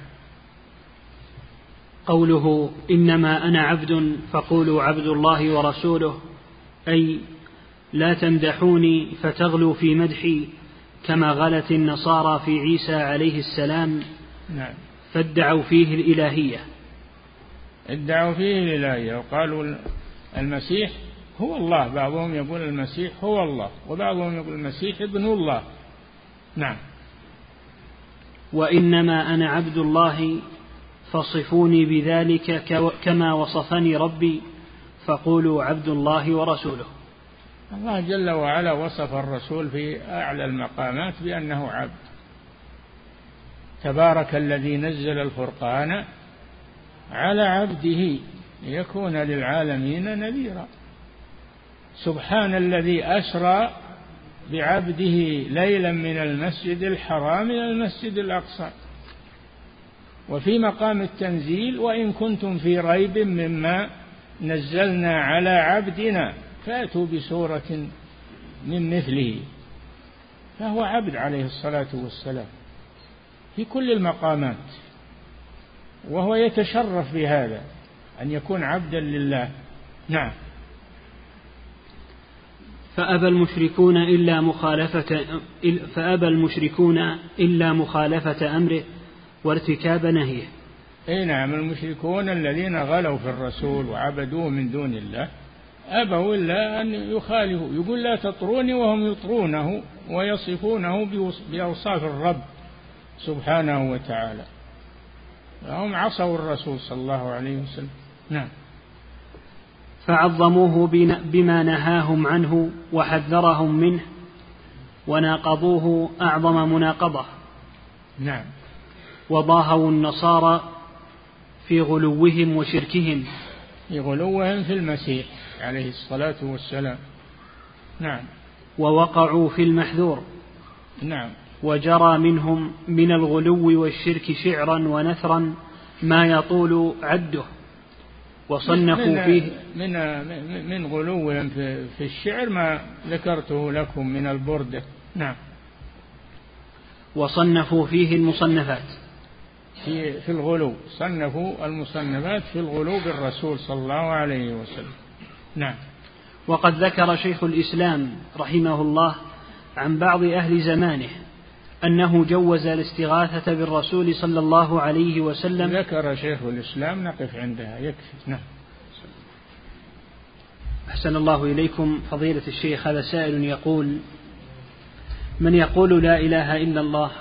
قوله إنما أنا عبد فقولوا عبد الله ورسوله، أي لا تمدحوني فتغلوا في مدحي كما غلت النصارى في عيسى عليه السلام. نعم. فادعوا فيه الإلهية. ادعوا فيه الإلهية وقالوا المسيح هو الله، بعضهم يقول المسيح هو الله، وبعضهم يقول المسيح ابن الله. نعم. وإنما أنا عبد الله فصفوني بذلك كما وصفني ربي فقولوا عبد الله ورسوله. الله جل وعلا وصف الرسول في أعلى المقامات بأنه عبد. تبارك الذي نزل الفرقان على عبده ليكون للعالمين نذيرا. سبحان الذي أسرى بعبده ليلا من المسجد الحرام إلى المسجد الأقصى. وفي مقام التنزيل وإن كنتم في ريب مما نزلنا على عبدنا فأتوا بسورة من مثله. فهو عبد عليه الصلاة والسلام في كل المقامات، وهو يتشرف بهذا أن يكون عبدا لله. نعم. فأبى المشركون إلا مخالفة أمره وارتكاب نهيه. أي نعم، المشركون الذين غلوا في الرسول وعبدوه من دون الله أبوا إلا أن يخالفوا. يقول لا تطروني وهم يطرونه ويصفونه بأوصاف الرب سبحانه وتعالى. فهم عصوا الرسول صلى الله عليه وسلم. نعم. فعظموه بما نهاهم عنه وحذرهم منه وناقضوه أعظم مناقضة. نعم. وضاهوا النصارى في غلوهم وشركهم، في غلوهم في المسيح عليه الصلاة والسلام. نعم. ووقعوا في المحذور. نعم. وجرى منهم من الغلو والشرك شعرا ونثرا ما يطول عده. وصنفوا فيه من غلوهم في الشعر ما ذكرته لكم من البردة. نعم. وصنفوا فيه المصنفات في الغلو، صنفوا المصنفات في الغلو بالرسول صلى الله عليه وسلم. نعم. وقد ذكر شيخ الإسلام رحمه الله عن بعض أهل زمانه أنه جوز الاستغاثة بالرسول صلى الله عليه وسلم. ذكر شيخ الإسلام، نقف عندها يكفي. نعم. أحسن الله إليكم فضيلة الشيخ. هذا سائل يقول: من يقول لا إله إلا الله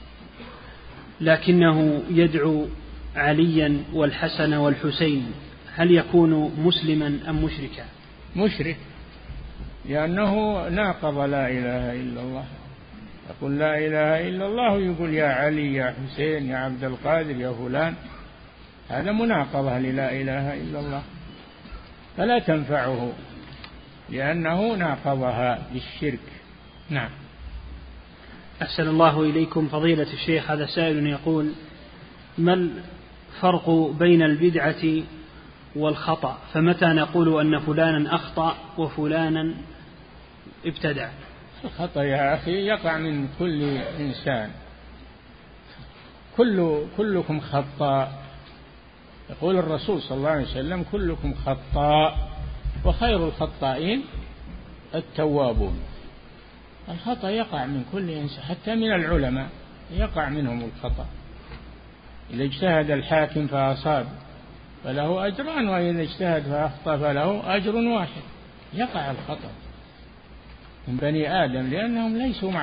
لكنه يدعو عليا والحسن والحسين هل يكون مسلما أم مشركا؟ مشرك، لأنه ناقض لا إله إلا الله. يقول لا إله إلا الله يقول يا علي يا حسين يا عبد القادر يا فلان، هذا مناقضة للا إله إلا الله، فلا تنفعه لأنه ناقضها بالشرك. نعم. أحسن الله إليكم فضيلة الشيخ. هذا سائل يقول: ما الفرق بين البدعة والخطأ؟ فمتى نقول أن فلانا أخطأ وفلانا ابتدع؟ الخطأ يا أخي يقع من كل إنسان، كلكم خطاء. يقول الرسول صلى الله عليه وسلم: كلكم خطاء وخير الخطائين التوابون. الخطأ يقع من كل إنسان، حتى من العلماء يقع منهم الخطأ. إذا اجتهد الحاكم فأصاب فله أجران، وإذا اجتهد فأخطأ فله أجر واحد. يقع الخطأ من بني آدم لأنهم ليسوا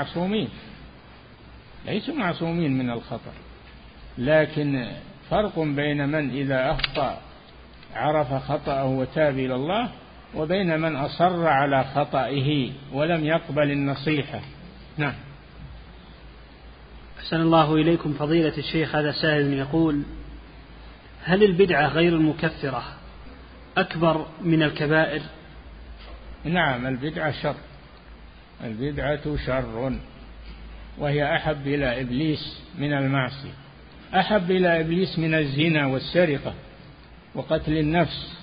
معصومين من الخطأ. لكن فرق بين من إذا أخطأ عرف خطأه وتاب إلى الله، وبين من أصر على خطئه ولم يقبل النصيحة. نعم. أحسن الله إليكم فضيلة الشيخ. هذا سائل يقول: هل البدعة غير المكفرة أكبر من الكبائر؟ نعم، البدعة شر، وهي أحب إلى إبليس من المعصية، أحب إلى إبليس من الزنا والسرقة وقتل النفس.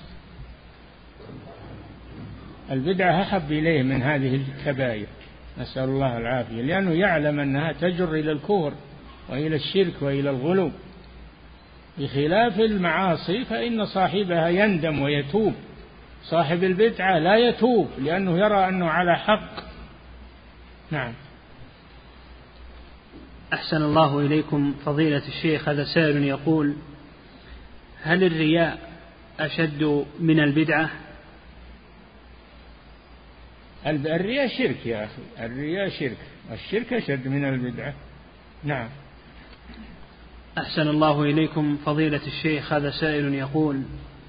البدعة أحب إليه من هذه الكبائر، نسأل الله العافية، لأنه يعلم أنها تجر إلى الكفر وإلى الشرك وإلى الغلو، بخلاف المعاصي فإن صاحبها يندم ويتوب. صاحب البدعة لا يتوب لأنه يرى أنه على حق. نعم. أحسن الله إليكم فضيلة الشيخ. هذا سائل يقول: هل الرياء أشد من البدعة؟ الرياء شرك يا أخي، الرياء شرك، الشرك أشد من البدعة. نعم. أحسن الله إليكم فضيلة الشيخ. هذا سائل يقول: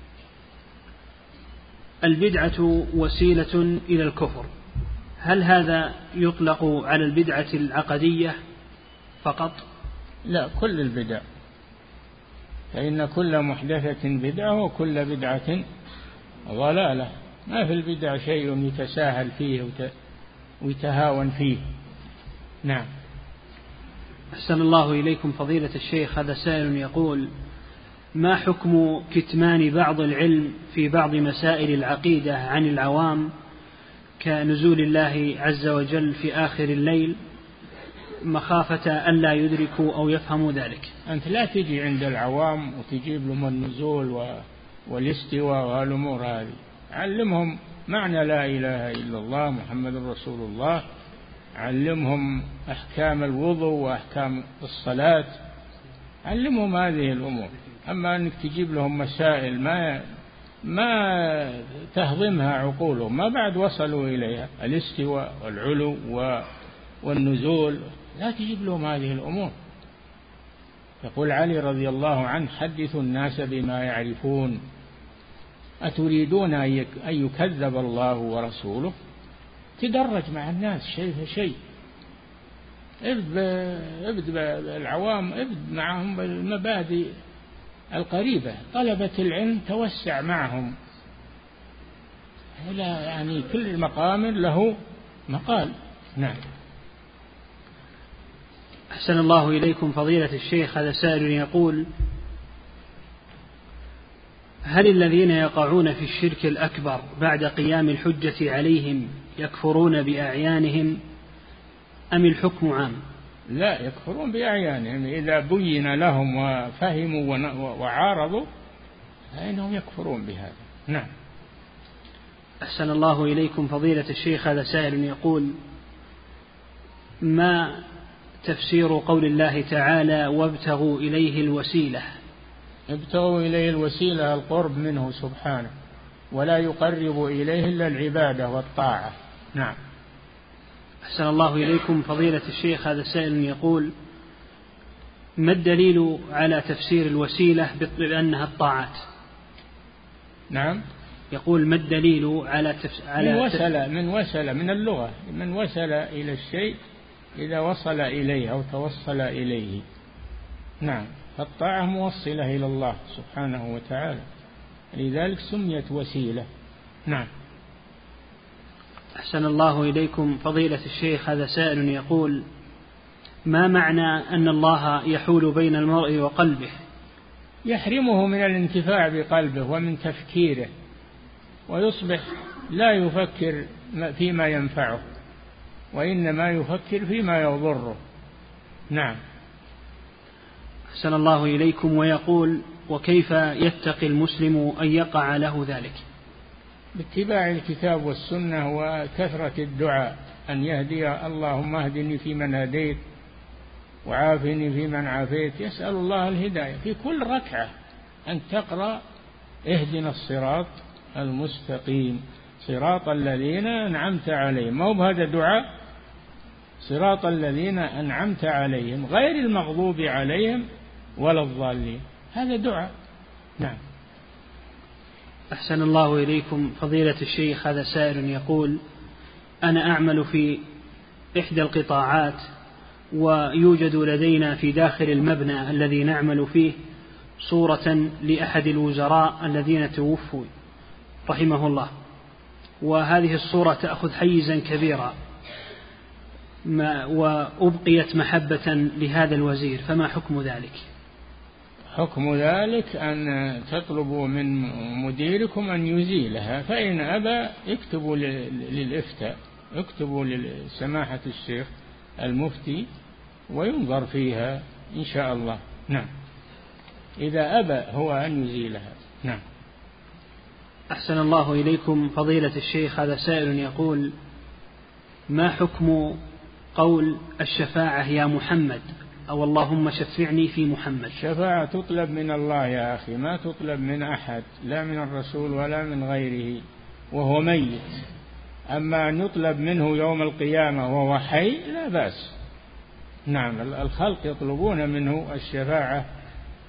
البدعة وسيلة إلى الكفر، هل هذا يطلق على البدعة العقدية فقط؟ لا، كل البدع، فإن كل محدثة بدعة وكل بدعة ضلالة. ما في البدع شيء يتساهل فيه ويتهاون فيه. نعم. أحسن الله إليكم فضيلة الشيخ. هذا سائل يقول: ما حكم كتمان بعض العلم في بعض مسائل العقيدة عن العوام كنزول الله عز وجل في آخر الليل مخافة ألا يدركوا أو يفهموا ذلك؟ أنت لا تجي عند العوام وتجيب لهم النزول والاستواء والأمور هذه. علمهم معنى لا إله إلا الله محمد رسول الله، علمهم أحكام الوضوء وأحكام الصلاة، علمهم هذه الأمور. أما أنك تجيب لهم مسائل ما تهضمها عقولهم، ما بعد وصلوا إليها، الاستواء والعلو والنزول، لا تجيب لهم هذه الأمور. يقول علي رضي الله عنه: حدثوا الناس بما يعرفون، أتريدون أن يكذب الله ورسوله؟ تدرج مع الناس شيء فشيء، ابد بالعوام، ابد معهم بالمبادئ القريبة. طلبة العلم توسع معهم، لا يعني كل مقام له مقال. نعم. أحسن الله إليكم فضيلة الشيخ. هذا سائل يقول: هل الذين يقعون في الشرك الأكبر بعد قيام الحجة عليهم يكفرون بأعيانهم أم الحكم عام؟ لا، يكفرون بأعيانهم إذا بين لهم وفهموا وعارضوا فإنهم يكفرون بهذا. نعم. أحسن الله إليكم فضيلة الشيخ. هذا سائل يقول: ما تفسير قول الله تعالى: وابتغوا إليه الوسيلة؟ ابتغوا إليه الوسيلة القرب منه سبحانه، ولا يقرب إليه إلا العبادة والطاعة. نعم. أحسن الله إليكم فضيلة الشيخ. هذا سائل يقول: ما الدليل على تفسير الوسيلة بأنها الطاعات؟ نعم. يقول: ما الدليل على من وصل من اللغة، من وصل إلى الشيء إذا وصل إليه أو توصل إليه. نعم. فالطاعة موصلة إلى الله سبحانه وتعالى، لذلك سميت وسيلة. نعم. أحسن الله إليكم فضيلة الشيخ. هذا سائل يقول: ما معنى أن الله يحول بين المرء وقلبه؟ يحرمه من الانتفاع بقلبه ومن تفكيره، ويصبح لا يفكر فيما ينفعه وإنما يفكر فيما يضره. نعم. أحسن الله إليكم. ويقول: وكيف يتقي المسلم أن يقع له ذلك؟ باتباع الكتاب والسنة وكثرة الدعاء، أن يهدي اللهم اهدني فيمن هديت وعافني فيمن عافيت. يسأل الله الهداية في كل ركعة، أن تقرأ اهدنا الصراط المستقيم صراط الذين أنعمت عليهم. ما هو بهذا دعاء؟ صراط الذين أنعمت عليهم غير المغضوب عليهم ولا الضالين، هذا دعاء. نعم. أحسن الله إليكم فضيلة الشيخ. هذا سائل يقول: أنا أعمل في إحدى القطاعات، ويوجد لدينا في داخل المبنى الذي نعمل فيه صورة لأحد الوزراء الذين توفوا رحمه الله، وهذه الصورة تأخذ حيزا كبيرا وأبقيت محبة لهذا الوزير، فما حكم ذلك؟ حكم ذلك أن تطلبوا من مديركم أن يزيلها، فإن أبى اكتبوا للإفتاء، اكتبوا لسماحة الشيخ المفتي وينظر فيها إن شاء الله. نعم. إذا أبى هو أن يزيلها. نعم. أحسن الله إليكم فضيلة الشيخ. هذا سائل يقول: ما حكم قول الشفاعة يا محمد أو اللهم شفعني في محمد؟ الشفاعة تطلب من الله يا أخي، ما تطلب من أحد، لا من الرسول ولا من غيره وهو ميت. أما أن يطلب منه يوم القيامة وهو حي لا بأس. نعم. الخلق يطلبون منه الشفاعة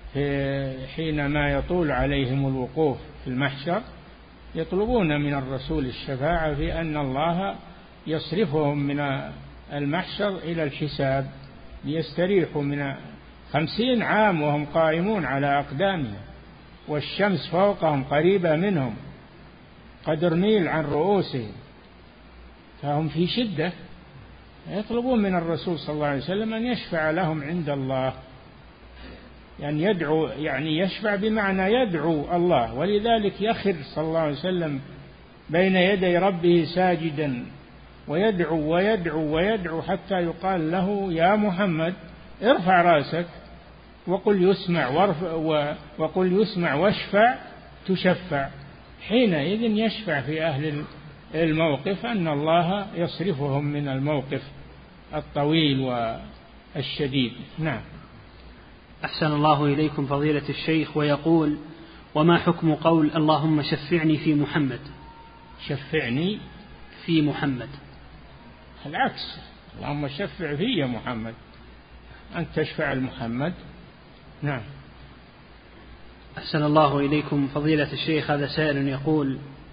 حينما يطول عليهم الوقوف في المحشر يطلبون من الرسول الشفاعة في أن الله يصرفهم من المحشر إلى الحساب ليستريحوا من 50 عام وهم قائمون على أقدامهم والشمس فوقهم قريبة منهم قدر ميل عن رؤوسهم، فهم في شدة. يطلبون من الرسول صلى الله عليه وسلم أن يشفع لهم عند الله، يعني يدعو، يعني يشفع بمعنى يدعو الله، ولذلك يخر صلى الله عليه وسلم بين يدي ربه ساجدا ويدعو ويدعو ويدعو حتى يقال له يا محمد ارفع رأسك وقل يسمع واشفع تشفع. حينئذ يشفع في أهل الموقف أن الله يصرفهم من الموقف الطويل والشديد. نعم. أحسن الله إليكم فضيلة الشيخ. ويقول: وما حكم قول اللهم شفعني في محمد؟ شفعني في محمد. العكس، اللهم شفع في محمد، أنت تشفع لمحمد. نعم. أحسن الله إليكم فضيلة الشيخ. هذا سائل يقول: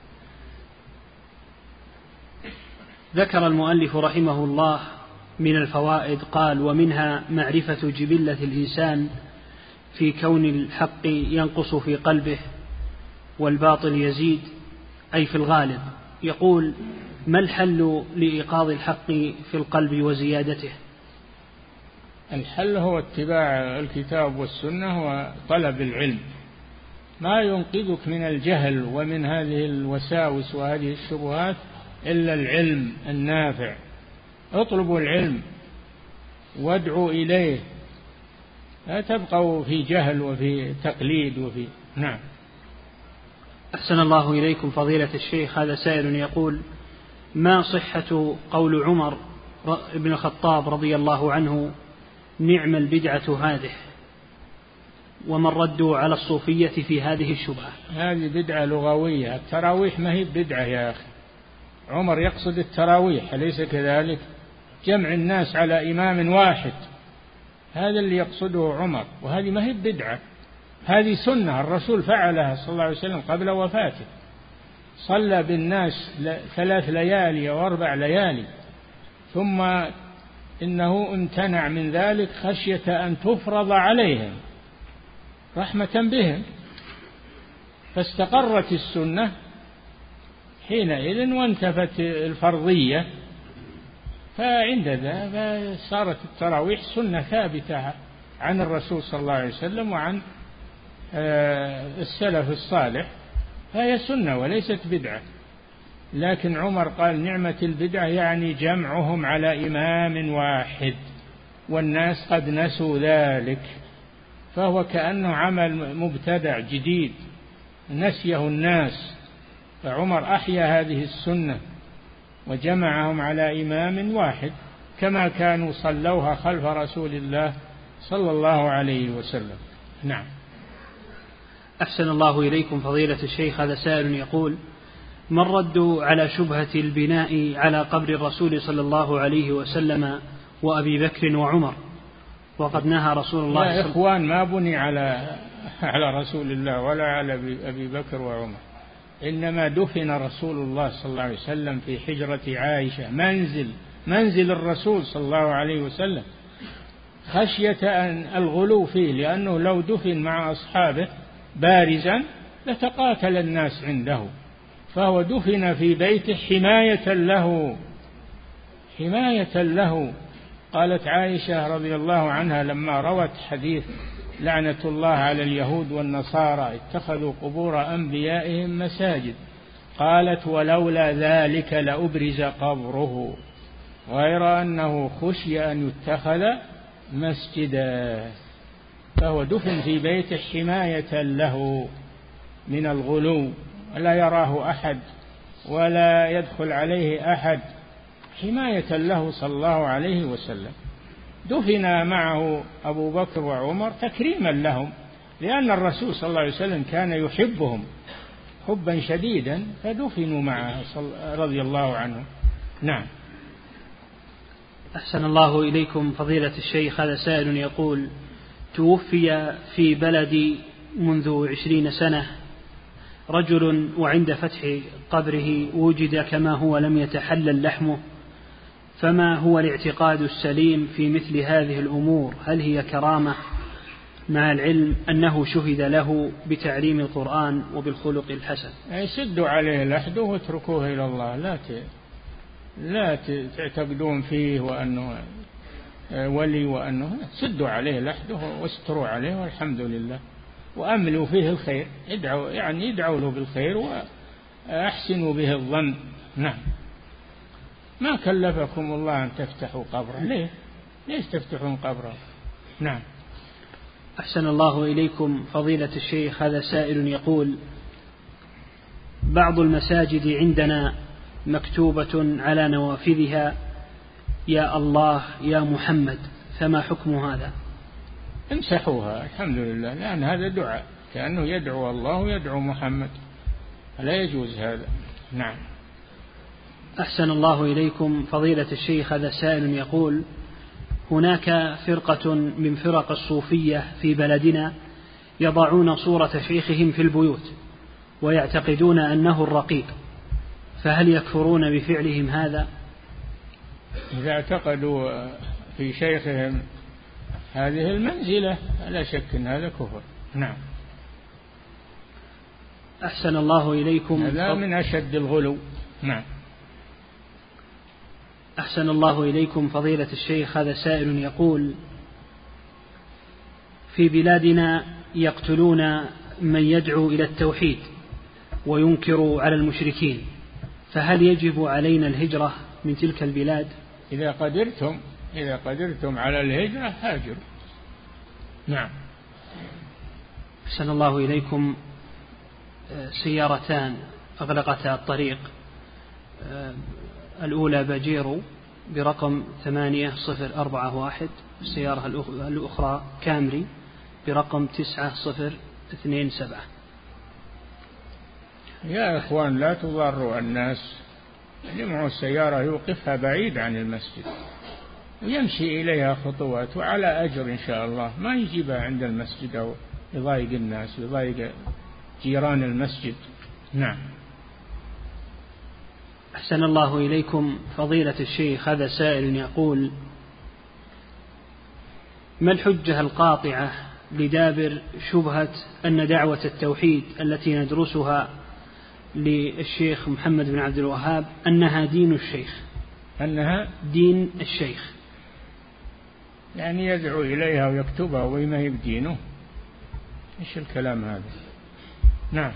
ذكر المؤلف رحمه الله من الفوائد قال: ومنها معرفة جبلة الإنسان في كون الحق ينقص في قلبه والباطل يزيد، أي في الغالب. يقول: ما الحل لإيقاظ الحق في القلب وزيادته؟ الحل هو اتباع الكتاب والسنة وطلب العلم. ما ينقذك من الجهل ومن هذه الوساوس وهذه الشبهات إلا العلم النافع. اطلبوا العلم وادعوا إليه، لا تبقوا في جهل وفي تقليد وفي. نعم. أحسن الله إليكم فضيلة الشيخ. هذا سائل يقول: ما صحة قول عمر بن الخطاب رضي الله عنه: نعم البدعة هذه، وما الرد على الصوفية في هذه الشبهة؟ هذه بدعة لغوية، التراويح ما هي بدعة يا أخي. عمر يقصد التراويح أليس كذلك؟ جمع الناس على إمام واحد، هذا اللي يقصده عمر، وهذه ما هي بدعة، هذه سنة الرسول فعلها صلى الله عليه وسلم قبل وفاته، صلى بالناس 3 ليالي أو 4 ليالي، ثم إنه امتنع من ذلك خشية أن تفرض عليهم رحمة بهم، فاستقرت السنة حينئذ وانتفت الفرضية، فعند ذا صارت التراويح سنة ثابتة عن الرسول صلى الله عليه وسلم وعن السلف الصالح، فهي سنة وليست بدعة. لكن عمر قال نعمة البدعة يعني جمعهم على إمام واحد، والناس قد نسوا ذلك، فهو كأنه عمل مبتدع جديد نسيه الناس، فعمر أحيا هذه السنة وجمعهم على إمام واحد كما كانوا صلوها خلف رسول الله صلى الله عليه وسلم. نعم. أحسن الله إليكم فضيلة الشيخ. هذا سائل يقول: ما الرد على شبهة البناء على قبر الرسول صلى الله عليه وسلم وأبي بكر وعمر، وقد نهى رسول الله يا إخوان ما بني على رسول الله ولا على أبي بكر وعمر، إنما دفن رسول الله صلى الله عليه وسلم في حجرة عائشة، منزل الرسول صلى الله عليه وسلم، خشية أن الغلو فيه، لأنه لو دفن مع أصحابه بارزا لتقاتل الناس عنده، فهو دفن في بيته حماية له. قالت عائشة رضي الله عنها لما روت حديث لعنة الله على اليهود والنصارى اتخذوا قبور أنبيائهم مساجد، قالت ولولا ذلك لأبرز قبره غير أنه خشي أن يتخذ مسجدا، فهو دفن في بيته حماية له من الغلو، لا يراه أحد ولا يدخل عليه أحد، حماية له صلى الله عليه وسلم. دفن معه أبو بكر وعمر تكريما لهم، لأن الرسول صلى الله عليه وسلم كان يحبهم حبا شديدا، فدفنوا معه رضي الله عنه. نعم. أحسن الله إليكم فضيلة الشيخ. هذا سائل يقول: توفي في بلدي منذ 20 سنة رجل، وعند فتح قبره وجد كما هو لم يتحلل لحمه، فما هو الاعتقاد السليم في مثل هذه الأمور؟ هل هي كرامة مع العلم أنه شهد له بتعليم القرآن وبالخلق الحسن؟ سدوا عليه لحده واتركوه إلى الله، لا تعتقدون فيه وأنه ولي وأنه، سدوا عليه لحده واستروا عليه والحمد لله، وأملوا فيه الخير، يدعوا له بالخير وأحسنوا به الظن. نعم. ما كلفكم الله أن تفتحوا قبره، ليش تفتحون قبره؟ نعم. أحسن الله إليكم فضيلة الشيخ، هذا سائل يقول: بعض المساجد عندنا مكتوبة على نوافذها يا الله يا محمد، فما حكم هذا؟ امسحوها الحمد لله، لأن هذا دعاء، كأنه يدعو الله ويدعو محمد، لا يجوز هذا. نعم. أحسن الله إليكم فضيلة الشيخ، هذا سائل يقول: هناك فرقة من فرق الصوفية في بلدنا يضعون صورة شيخهم في البيوت ويعتقدون أنه الرقيب، فهل يكفرون بفعلهم هذا؟ إذا اعتقدوا في شيخهم هذه المنزلة لا شك أن هذا كفر. نعم. أحسن الله إليكم، هذا من أشد الغلو. نعم. أحسن الله إليكم فضيلة الشيخ، هذا سائل يقول: في بلادنا يقتلون من يدعو إلى التوحيد وينكر على المشركين، فهل يجب علينا الهجرة من تلك البلاد؟ إذا قدرتم على الهجرة هاجروا. نعم. أحسن الله إليكم، سيارتان أغلقتا الطريق، الأولى باجيرو برقم 8041، السيارة الأخرى كامري برقم 9027. يا إخوان لا تضروا الناس، جمعوا السيارة يوقفها بعيد عن المسجد ويمشي إليها خطوات وعلى أجر إن شاء الله، ما يجيبها عند المسجد أو يضايق الناس ويضايق جيران المسجد. نعم. أحسن الله إليكم فضيلة الشيخ، هذا سائل يقول: ما الحجة القاطعة لدابر شبهة أن دعوة التوحيد التي ندرسها للشيخ محمد بن عبد الوهاب أنها دين الشيخ؟ أنها دين الشيخ، يعني يدعو إليها ويكتبها وما هي بدينه؟ إيش الكلام هذا؟ نعم.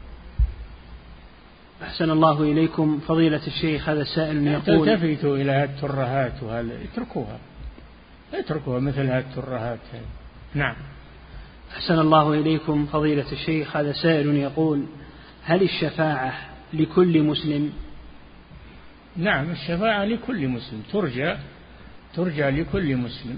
أحسن الله إليكم فضيلة الشيخ، هذا السائل يقول: تلتفتوا إلى الترهات وهذا، اتركوها مثل هالترهات. نعم. أحسن الله إليكم فضيلة الشيخ، هذا سائل يقول: هل الشفاعة لكل مسلم؟ نعم، الشفاعة لكل مسلم، ترجى لكل مسلم.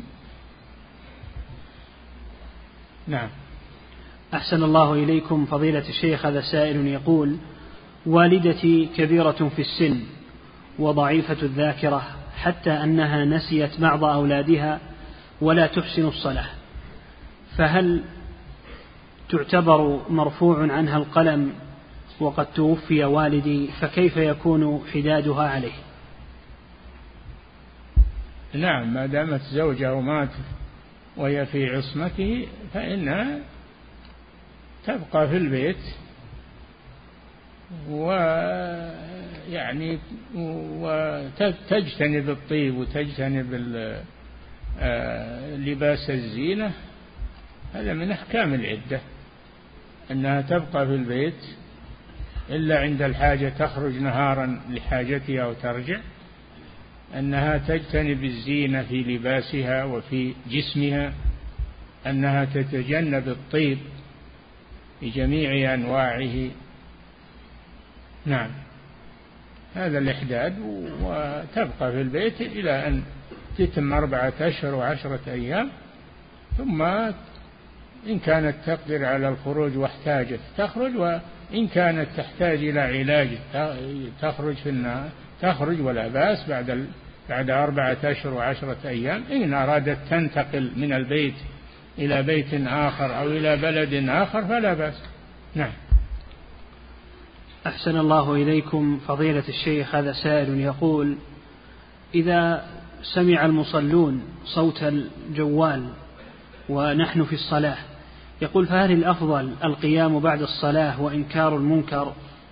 نعم. أحسن الله إليكم فضيلة الشيخ، هذا سائل يقول: والدتي كبيرة في السن وضعيفة الذاكرة حتى أنها نسيت بعض أولادها ولا تحسن الصلاة، فهل تعتبر مرفوع عنها القلم وقد توفي والدي، فكيف يكون حدادها عليه؟ نعم، ما دامت زوجه مات وهي في عصمته فإنها تبقى في البيت ويعني وتجتنب الطيب وتجتنب لباس الزينة. هذا من أحكام العدة، أنها تبقى في البيت إلا عند الحاجة، تخرج نهارا لحاجتها وترجع، أنها تجتنب الزينة في لباسها وفي جسمها، أنها تتجنب الطيب بجميع أنواعه. نعم، هذا الإحداد، وتبقى في البيت إلى أن تتم 4 أشهر و10 أيام، ثم إن كانت تقدر على الخروج واحتاجت تخرج، وإن كانت تحتاج إلى علاج تخرج في النهار تخرج ولا بأس بعد 4 أشهر و10 أيام. إن أرادت تنتقل من البيت إلى بيت آخر أو إلى بلد آخر فلا بأس. نعم. أحسن الله إليكم فضيلة الشيخ، هذا سائل يقول: إذا سمع المصلون صوت الجوال ونحن في الصلاة، يقول فهل الأفضل القيام بعد الصلاة وإنكار المنكر؟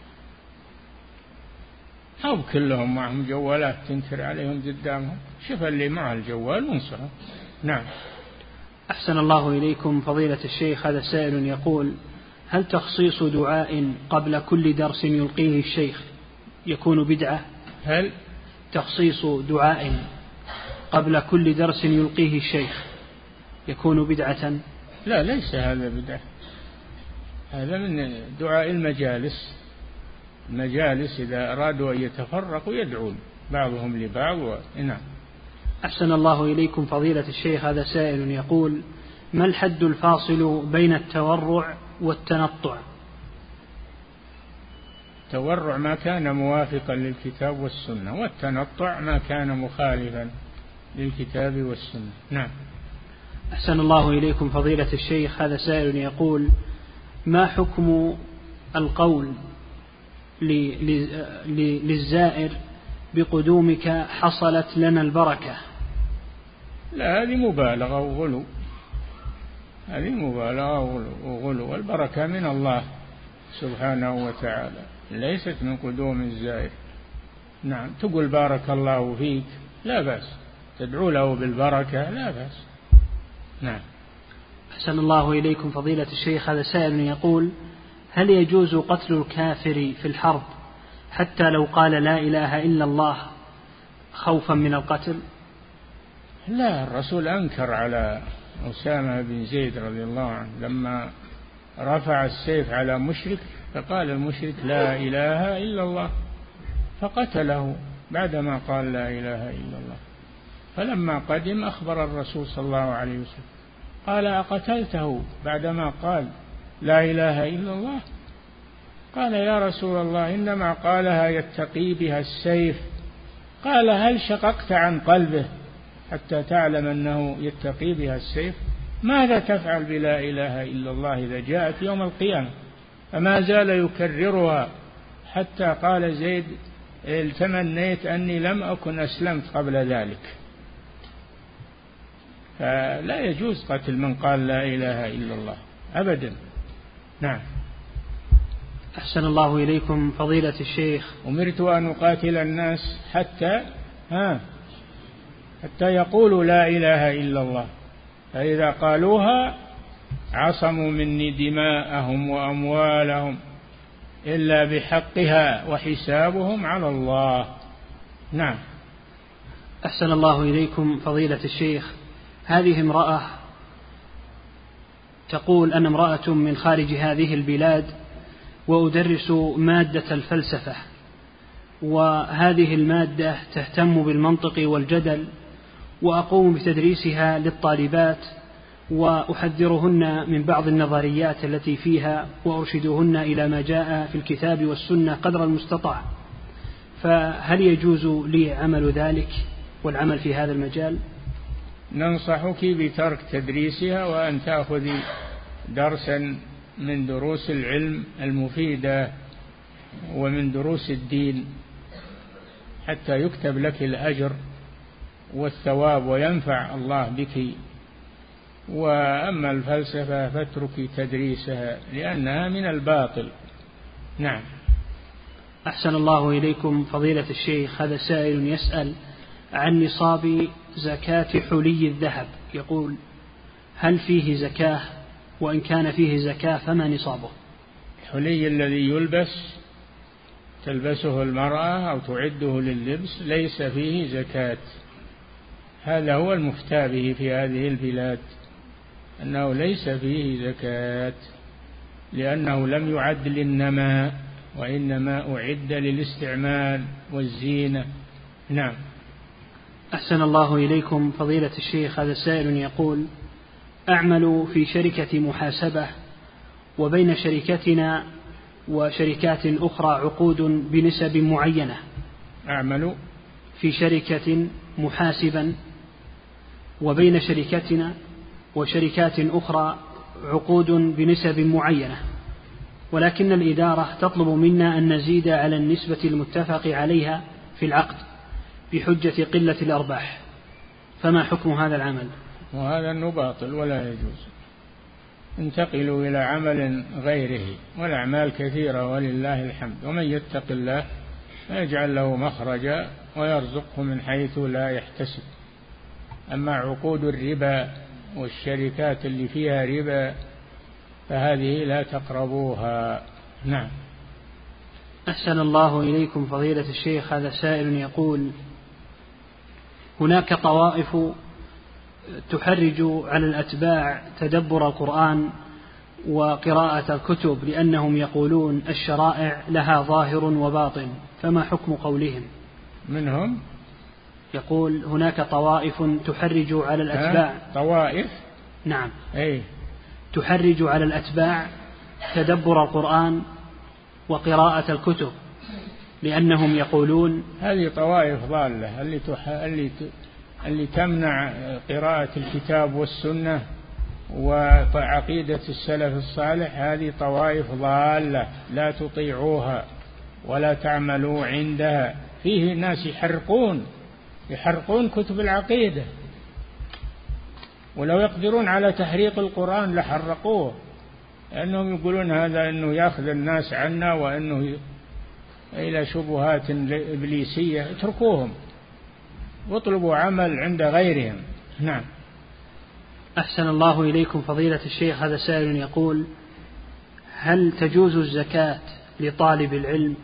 أو كلهم معهم جوالات تنكر عليهم قدامهم، شوف اللي مع الجوال وانصره. نعم. أحسن الله إليكم فضيلة الشيخ، هذا سائل يقول: هل تخصيص دعاء قبل كل درس يلقيه الشيخ يكون بدعة؟ هل تخصيص دعاء قبل كل درس يلقيه الشيخ يكون بدعة؟ لا، ليس هذا بدعة، هذا من دعاء المجالس. المجالس إذا أرادوا أن يتفرقوا يدعون بعضهم لبعض. نعم. أحسن الله إليكم فضيلة الشيخ، هذا سائل يقول: ما الحد الفاصل بين التورع والتنطع؟ التورع ما كان موافقا للكتاب والسنة، والتنطع ما كان مخالفا للكتاب والسنة. نعم. أحسن الله إليكم فضيلة الشيخ، هذا سائل يقول: ما حكم القول للزائر بقدومك حصلت لنا البركة؟ لا، هذه مبالغة وغلو، هذه مبالغة وغلو، والبركة من الله سبحانه وتعالى، ليست من قدوم الزائر. نعم. تقول بارك الله فيك لا بأس، تدعو له بالبركة لا بأس. نعم. أحسن الله إليكم فضيلة الشيخ، هذا سائل يقول: هل يجوز قتل الكافر في الحرب حتى لو قال لا إله إلا الله خوفا من القتل؟ لا، الرسول أنكر على أسامة بن زيد رضي الله عنه لما رفع السيف على مشرك، فقال المشرك لا إله إلا الله، فقتله بعدما قال لا إله إلا الله. فلما قدم أخبر الرسول صلى الله عليه وسلم قال: أقتلته بعدما قال لا إله إلا الله؟ قال: يا رسول الله إنما قالها يتقي بها السيف. قال: هل شققت عن قلبه حتى تعلم أنه يتقي بها السيف؟ ماذا تفعل بلا إله إلا الله إذا جاءت يوم القيامة؟ فما زال يكررها حتى قال زيد: تمنيت أني لم أكن أسلمت قبل ذلك. فلا يجوز قتل من قال لا إله إلا الله أبدا. نعم. أحسن الله إليكم فضيلة الشيخ، أمرت أن أقاتل الناس حتى يقولوا لا إله إلا الله، فإذا قالوها عصموا مني دماءهم وأموالهم إلا بحقها وحسابهم على الله. نعم. أحسن الله إليكم فضيلة الشيخ، هذه امرأة تقول: أنا امرأة من خارج هذه البلاد وأدرس مادة الفلسفة، وهذه المادة تهتم بالمنطق والجدل، وأقوم بتدريسها للطالبات وأحذرهن من بعض النظريات التي فيها وأرشدهن إلى ما جاء في الكتاب والسنة قدر المستطاع، فهل يجوز لي عمل ذلك والعمل في هذا المجال؟ ننصحك بترك تدريسها وأن تأخذي درسا من دروس العلم المفيدة ومن دروس الدين حتى يكتب لك الأجر والثواب وينفع الله بك. وأما الفلسفة فاتركي تدريسها لأنها من الباطل. نعم. أحسن الله إليكم فضيلة الشيخ، هذا سائل يسأل عن نصاب زكاة حلي الذهب، يقول: هل فيه زكاة؟ وإن كان فيه زكاة فما نصابه؟ الحلي الذي يلبس تلبسه المرأة أو تعده لللبس ليس فيه زكاة، هذا هو المفتى به في هذه البلاد، أنه ليس فيه زكاة لأنه لم يعد للنماء وإنما أعد للاستعمال والزينة. نعم. أحسن الله إليكم فضيلة الشيخ، هذا سائل يقول: أعمل في شركة محاسبة، وبين شركتنا وشركات أخرى عقود بنسب معينة. أعمل في شركة محاسبا، وبين شركتنا وشركات أخرى عقود بنسب معينة، ولكن الإدارة تطلب منا أن نزيد على النسبة المتفق عليها في العقد بحجة قلة الأرباح، فما حكم هذا العمل؟ وهذا أنه باطل ولا يجوز. انتقلوا إلى عمل غيره، والأعمال كثيرة ولله الحمد، ومن يتق الله يجعل له مخرجا ويرزقه من حيث لا يحتسب. أما عقود الربا والشركات اللي فيها ربا فهذه لا تقربوها. نعم. أحسن الله إليكم فضيلة الشيخ، هذا سائل يقول: هناك طوائف تحرج على الأتباع تدبر القرآن وقراءة الكتب لأنهم يقولون الشرائع لها ظاهر وباطن، فما حكم قولهم؟ منهم؟ يقول هناك طوائف تحرج على الأتباع. طوائف؟ نعم. أي. تحرج على الأتباع تدبر القرآن وقراءة الكتب لأنهم يقولون. هذه طوائف ضالة، اللي تمنع قراءة الكتاب والسنة وعقيدة السلف الصالح، هذه طوائف ضالة لا تطيعوها ولا تعملوا عندها. فيه ناس يحرقون كتب العقيدة، ولو يقدرون على تحريق القرآن لحرقوه، لأنهم يقولون هذا أنه يأخذ الناس عنا وأنه إلى شبهات إبليسية. اتركوهم واطلبوا عمل عند غيرهم. نعم. أحسن الله إليكم فضيلة الشيخ، هذا سائل يقول: هل تجوز الزكاة لطالب العلم؟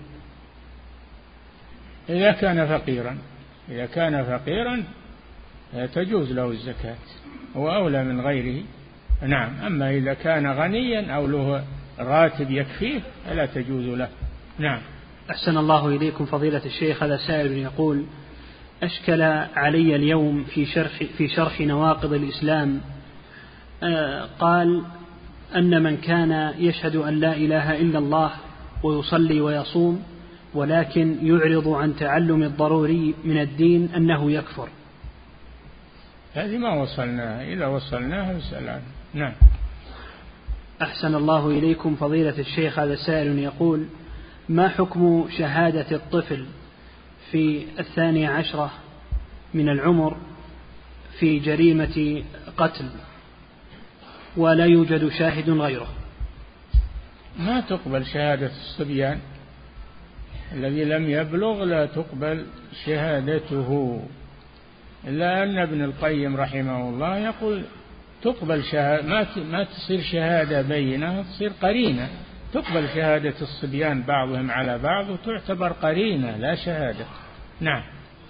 إذا كان فقيرا تجوز له الزكاة، هو أولى من غيره. نعم. أما إذا كان غنيا أو له راتب يكفيه فلا تجوز له. نعم. أحسن الله إليكم فضيلة الشيخ، هذا سائل يقول: أشكل علي اليوم في شرح نواقض الإسلام، قال أن من كان يشهد أن لا إله إلا الله ويصلي ويصوم ولكن يعرض عن تعلم الضروري من الدين أنه يكفر. هذه ما وصلناها، إذا وصلناها نسأل عنه. نعم. أحسن الله إليكم فضيلة الشيخ، هذا سائل يقول: ما حكم شهادة الطفل في 12 من العمر في جريمة قتل ولا يوجد شاهد غيره؟ ما تقبل شهادة الصبيان، الذي لم يبلغ لا تقبل شهادته، إلا أن ابن القيم رحمه الله يقول تقبل شهادة، ما تصير شهادة بينة، تصير قرينة. تقبل شهادة الصبيان بعضهم على بعض وتعتبر قرينة لا شهادة. نعم.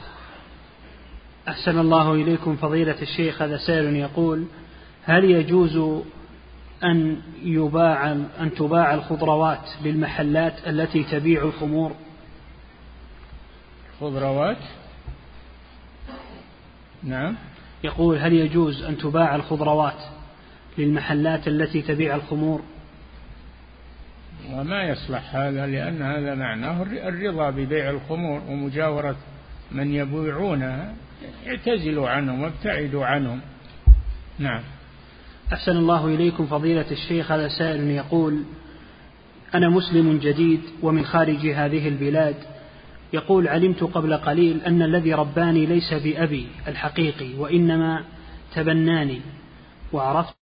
أحسن الله إليكم فضيلة الشيخ، هذا سائل يقول: هل يجوز أن تباع الخضروات للمحلات التي تبيع الخمور؟ خضروات؟ نعم. يقول: هل يجوز أن تباع الخضروات للمحلات التي تبيع الخمور؟ وما يصلح هذا، لأن هذا معناه الرضا ببيع الخمور ومجاورة من يبيعونها. اعتزلوا عنهم وابتعدوا عنهم. نعم. أحسن الله إليكم فضيلة الشيخ، هذا سائل يقول: أنا مسلم جديد ومن خارج هذه البلاد. يقول: علمت قبل قليل أن الذي رباني ليس بأبي الحقيقي وإنما تبناني، وعرفت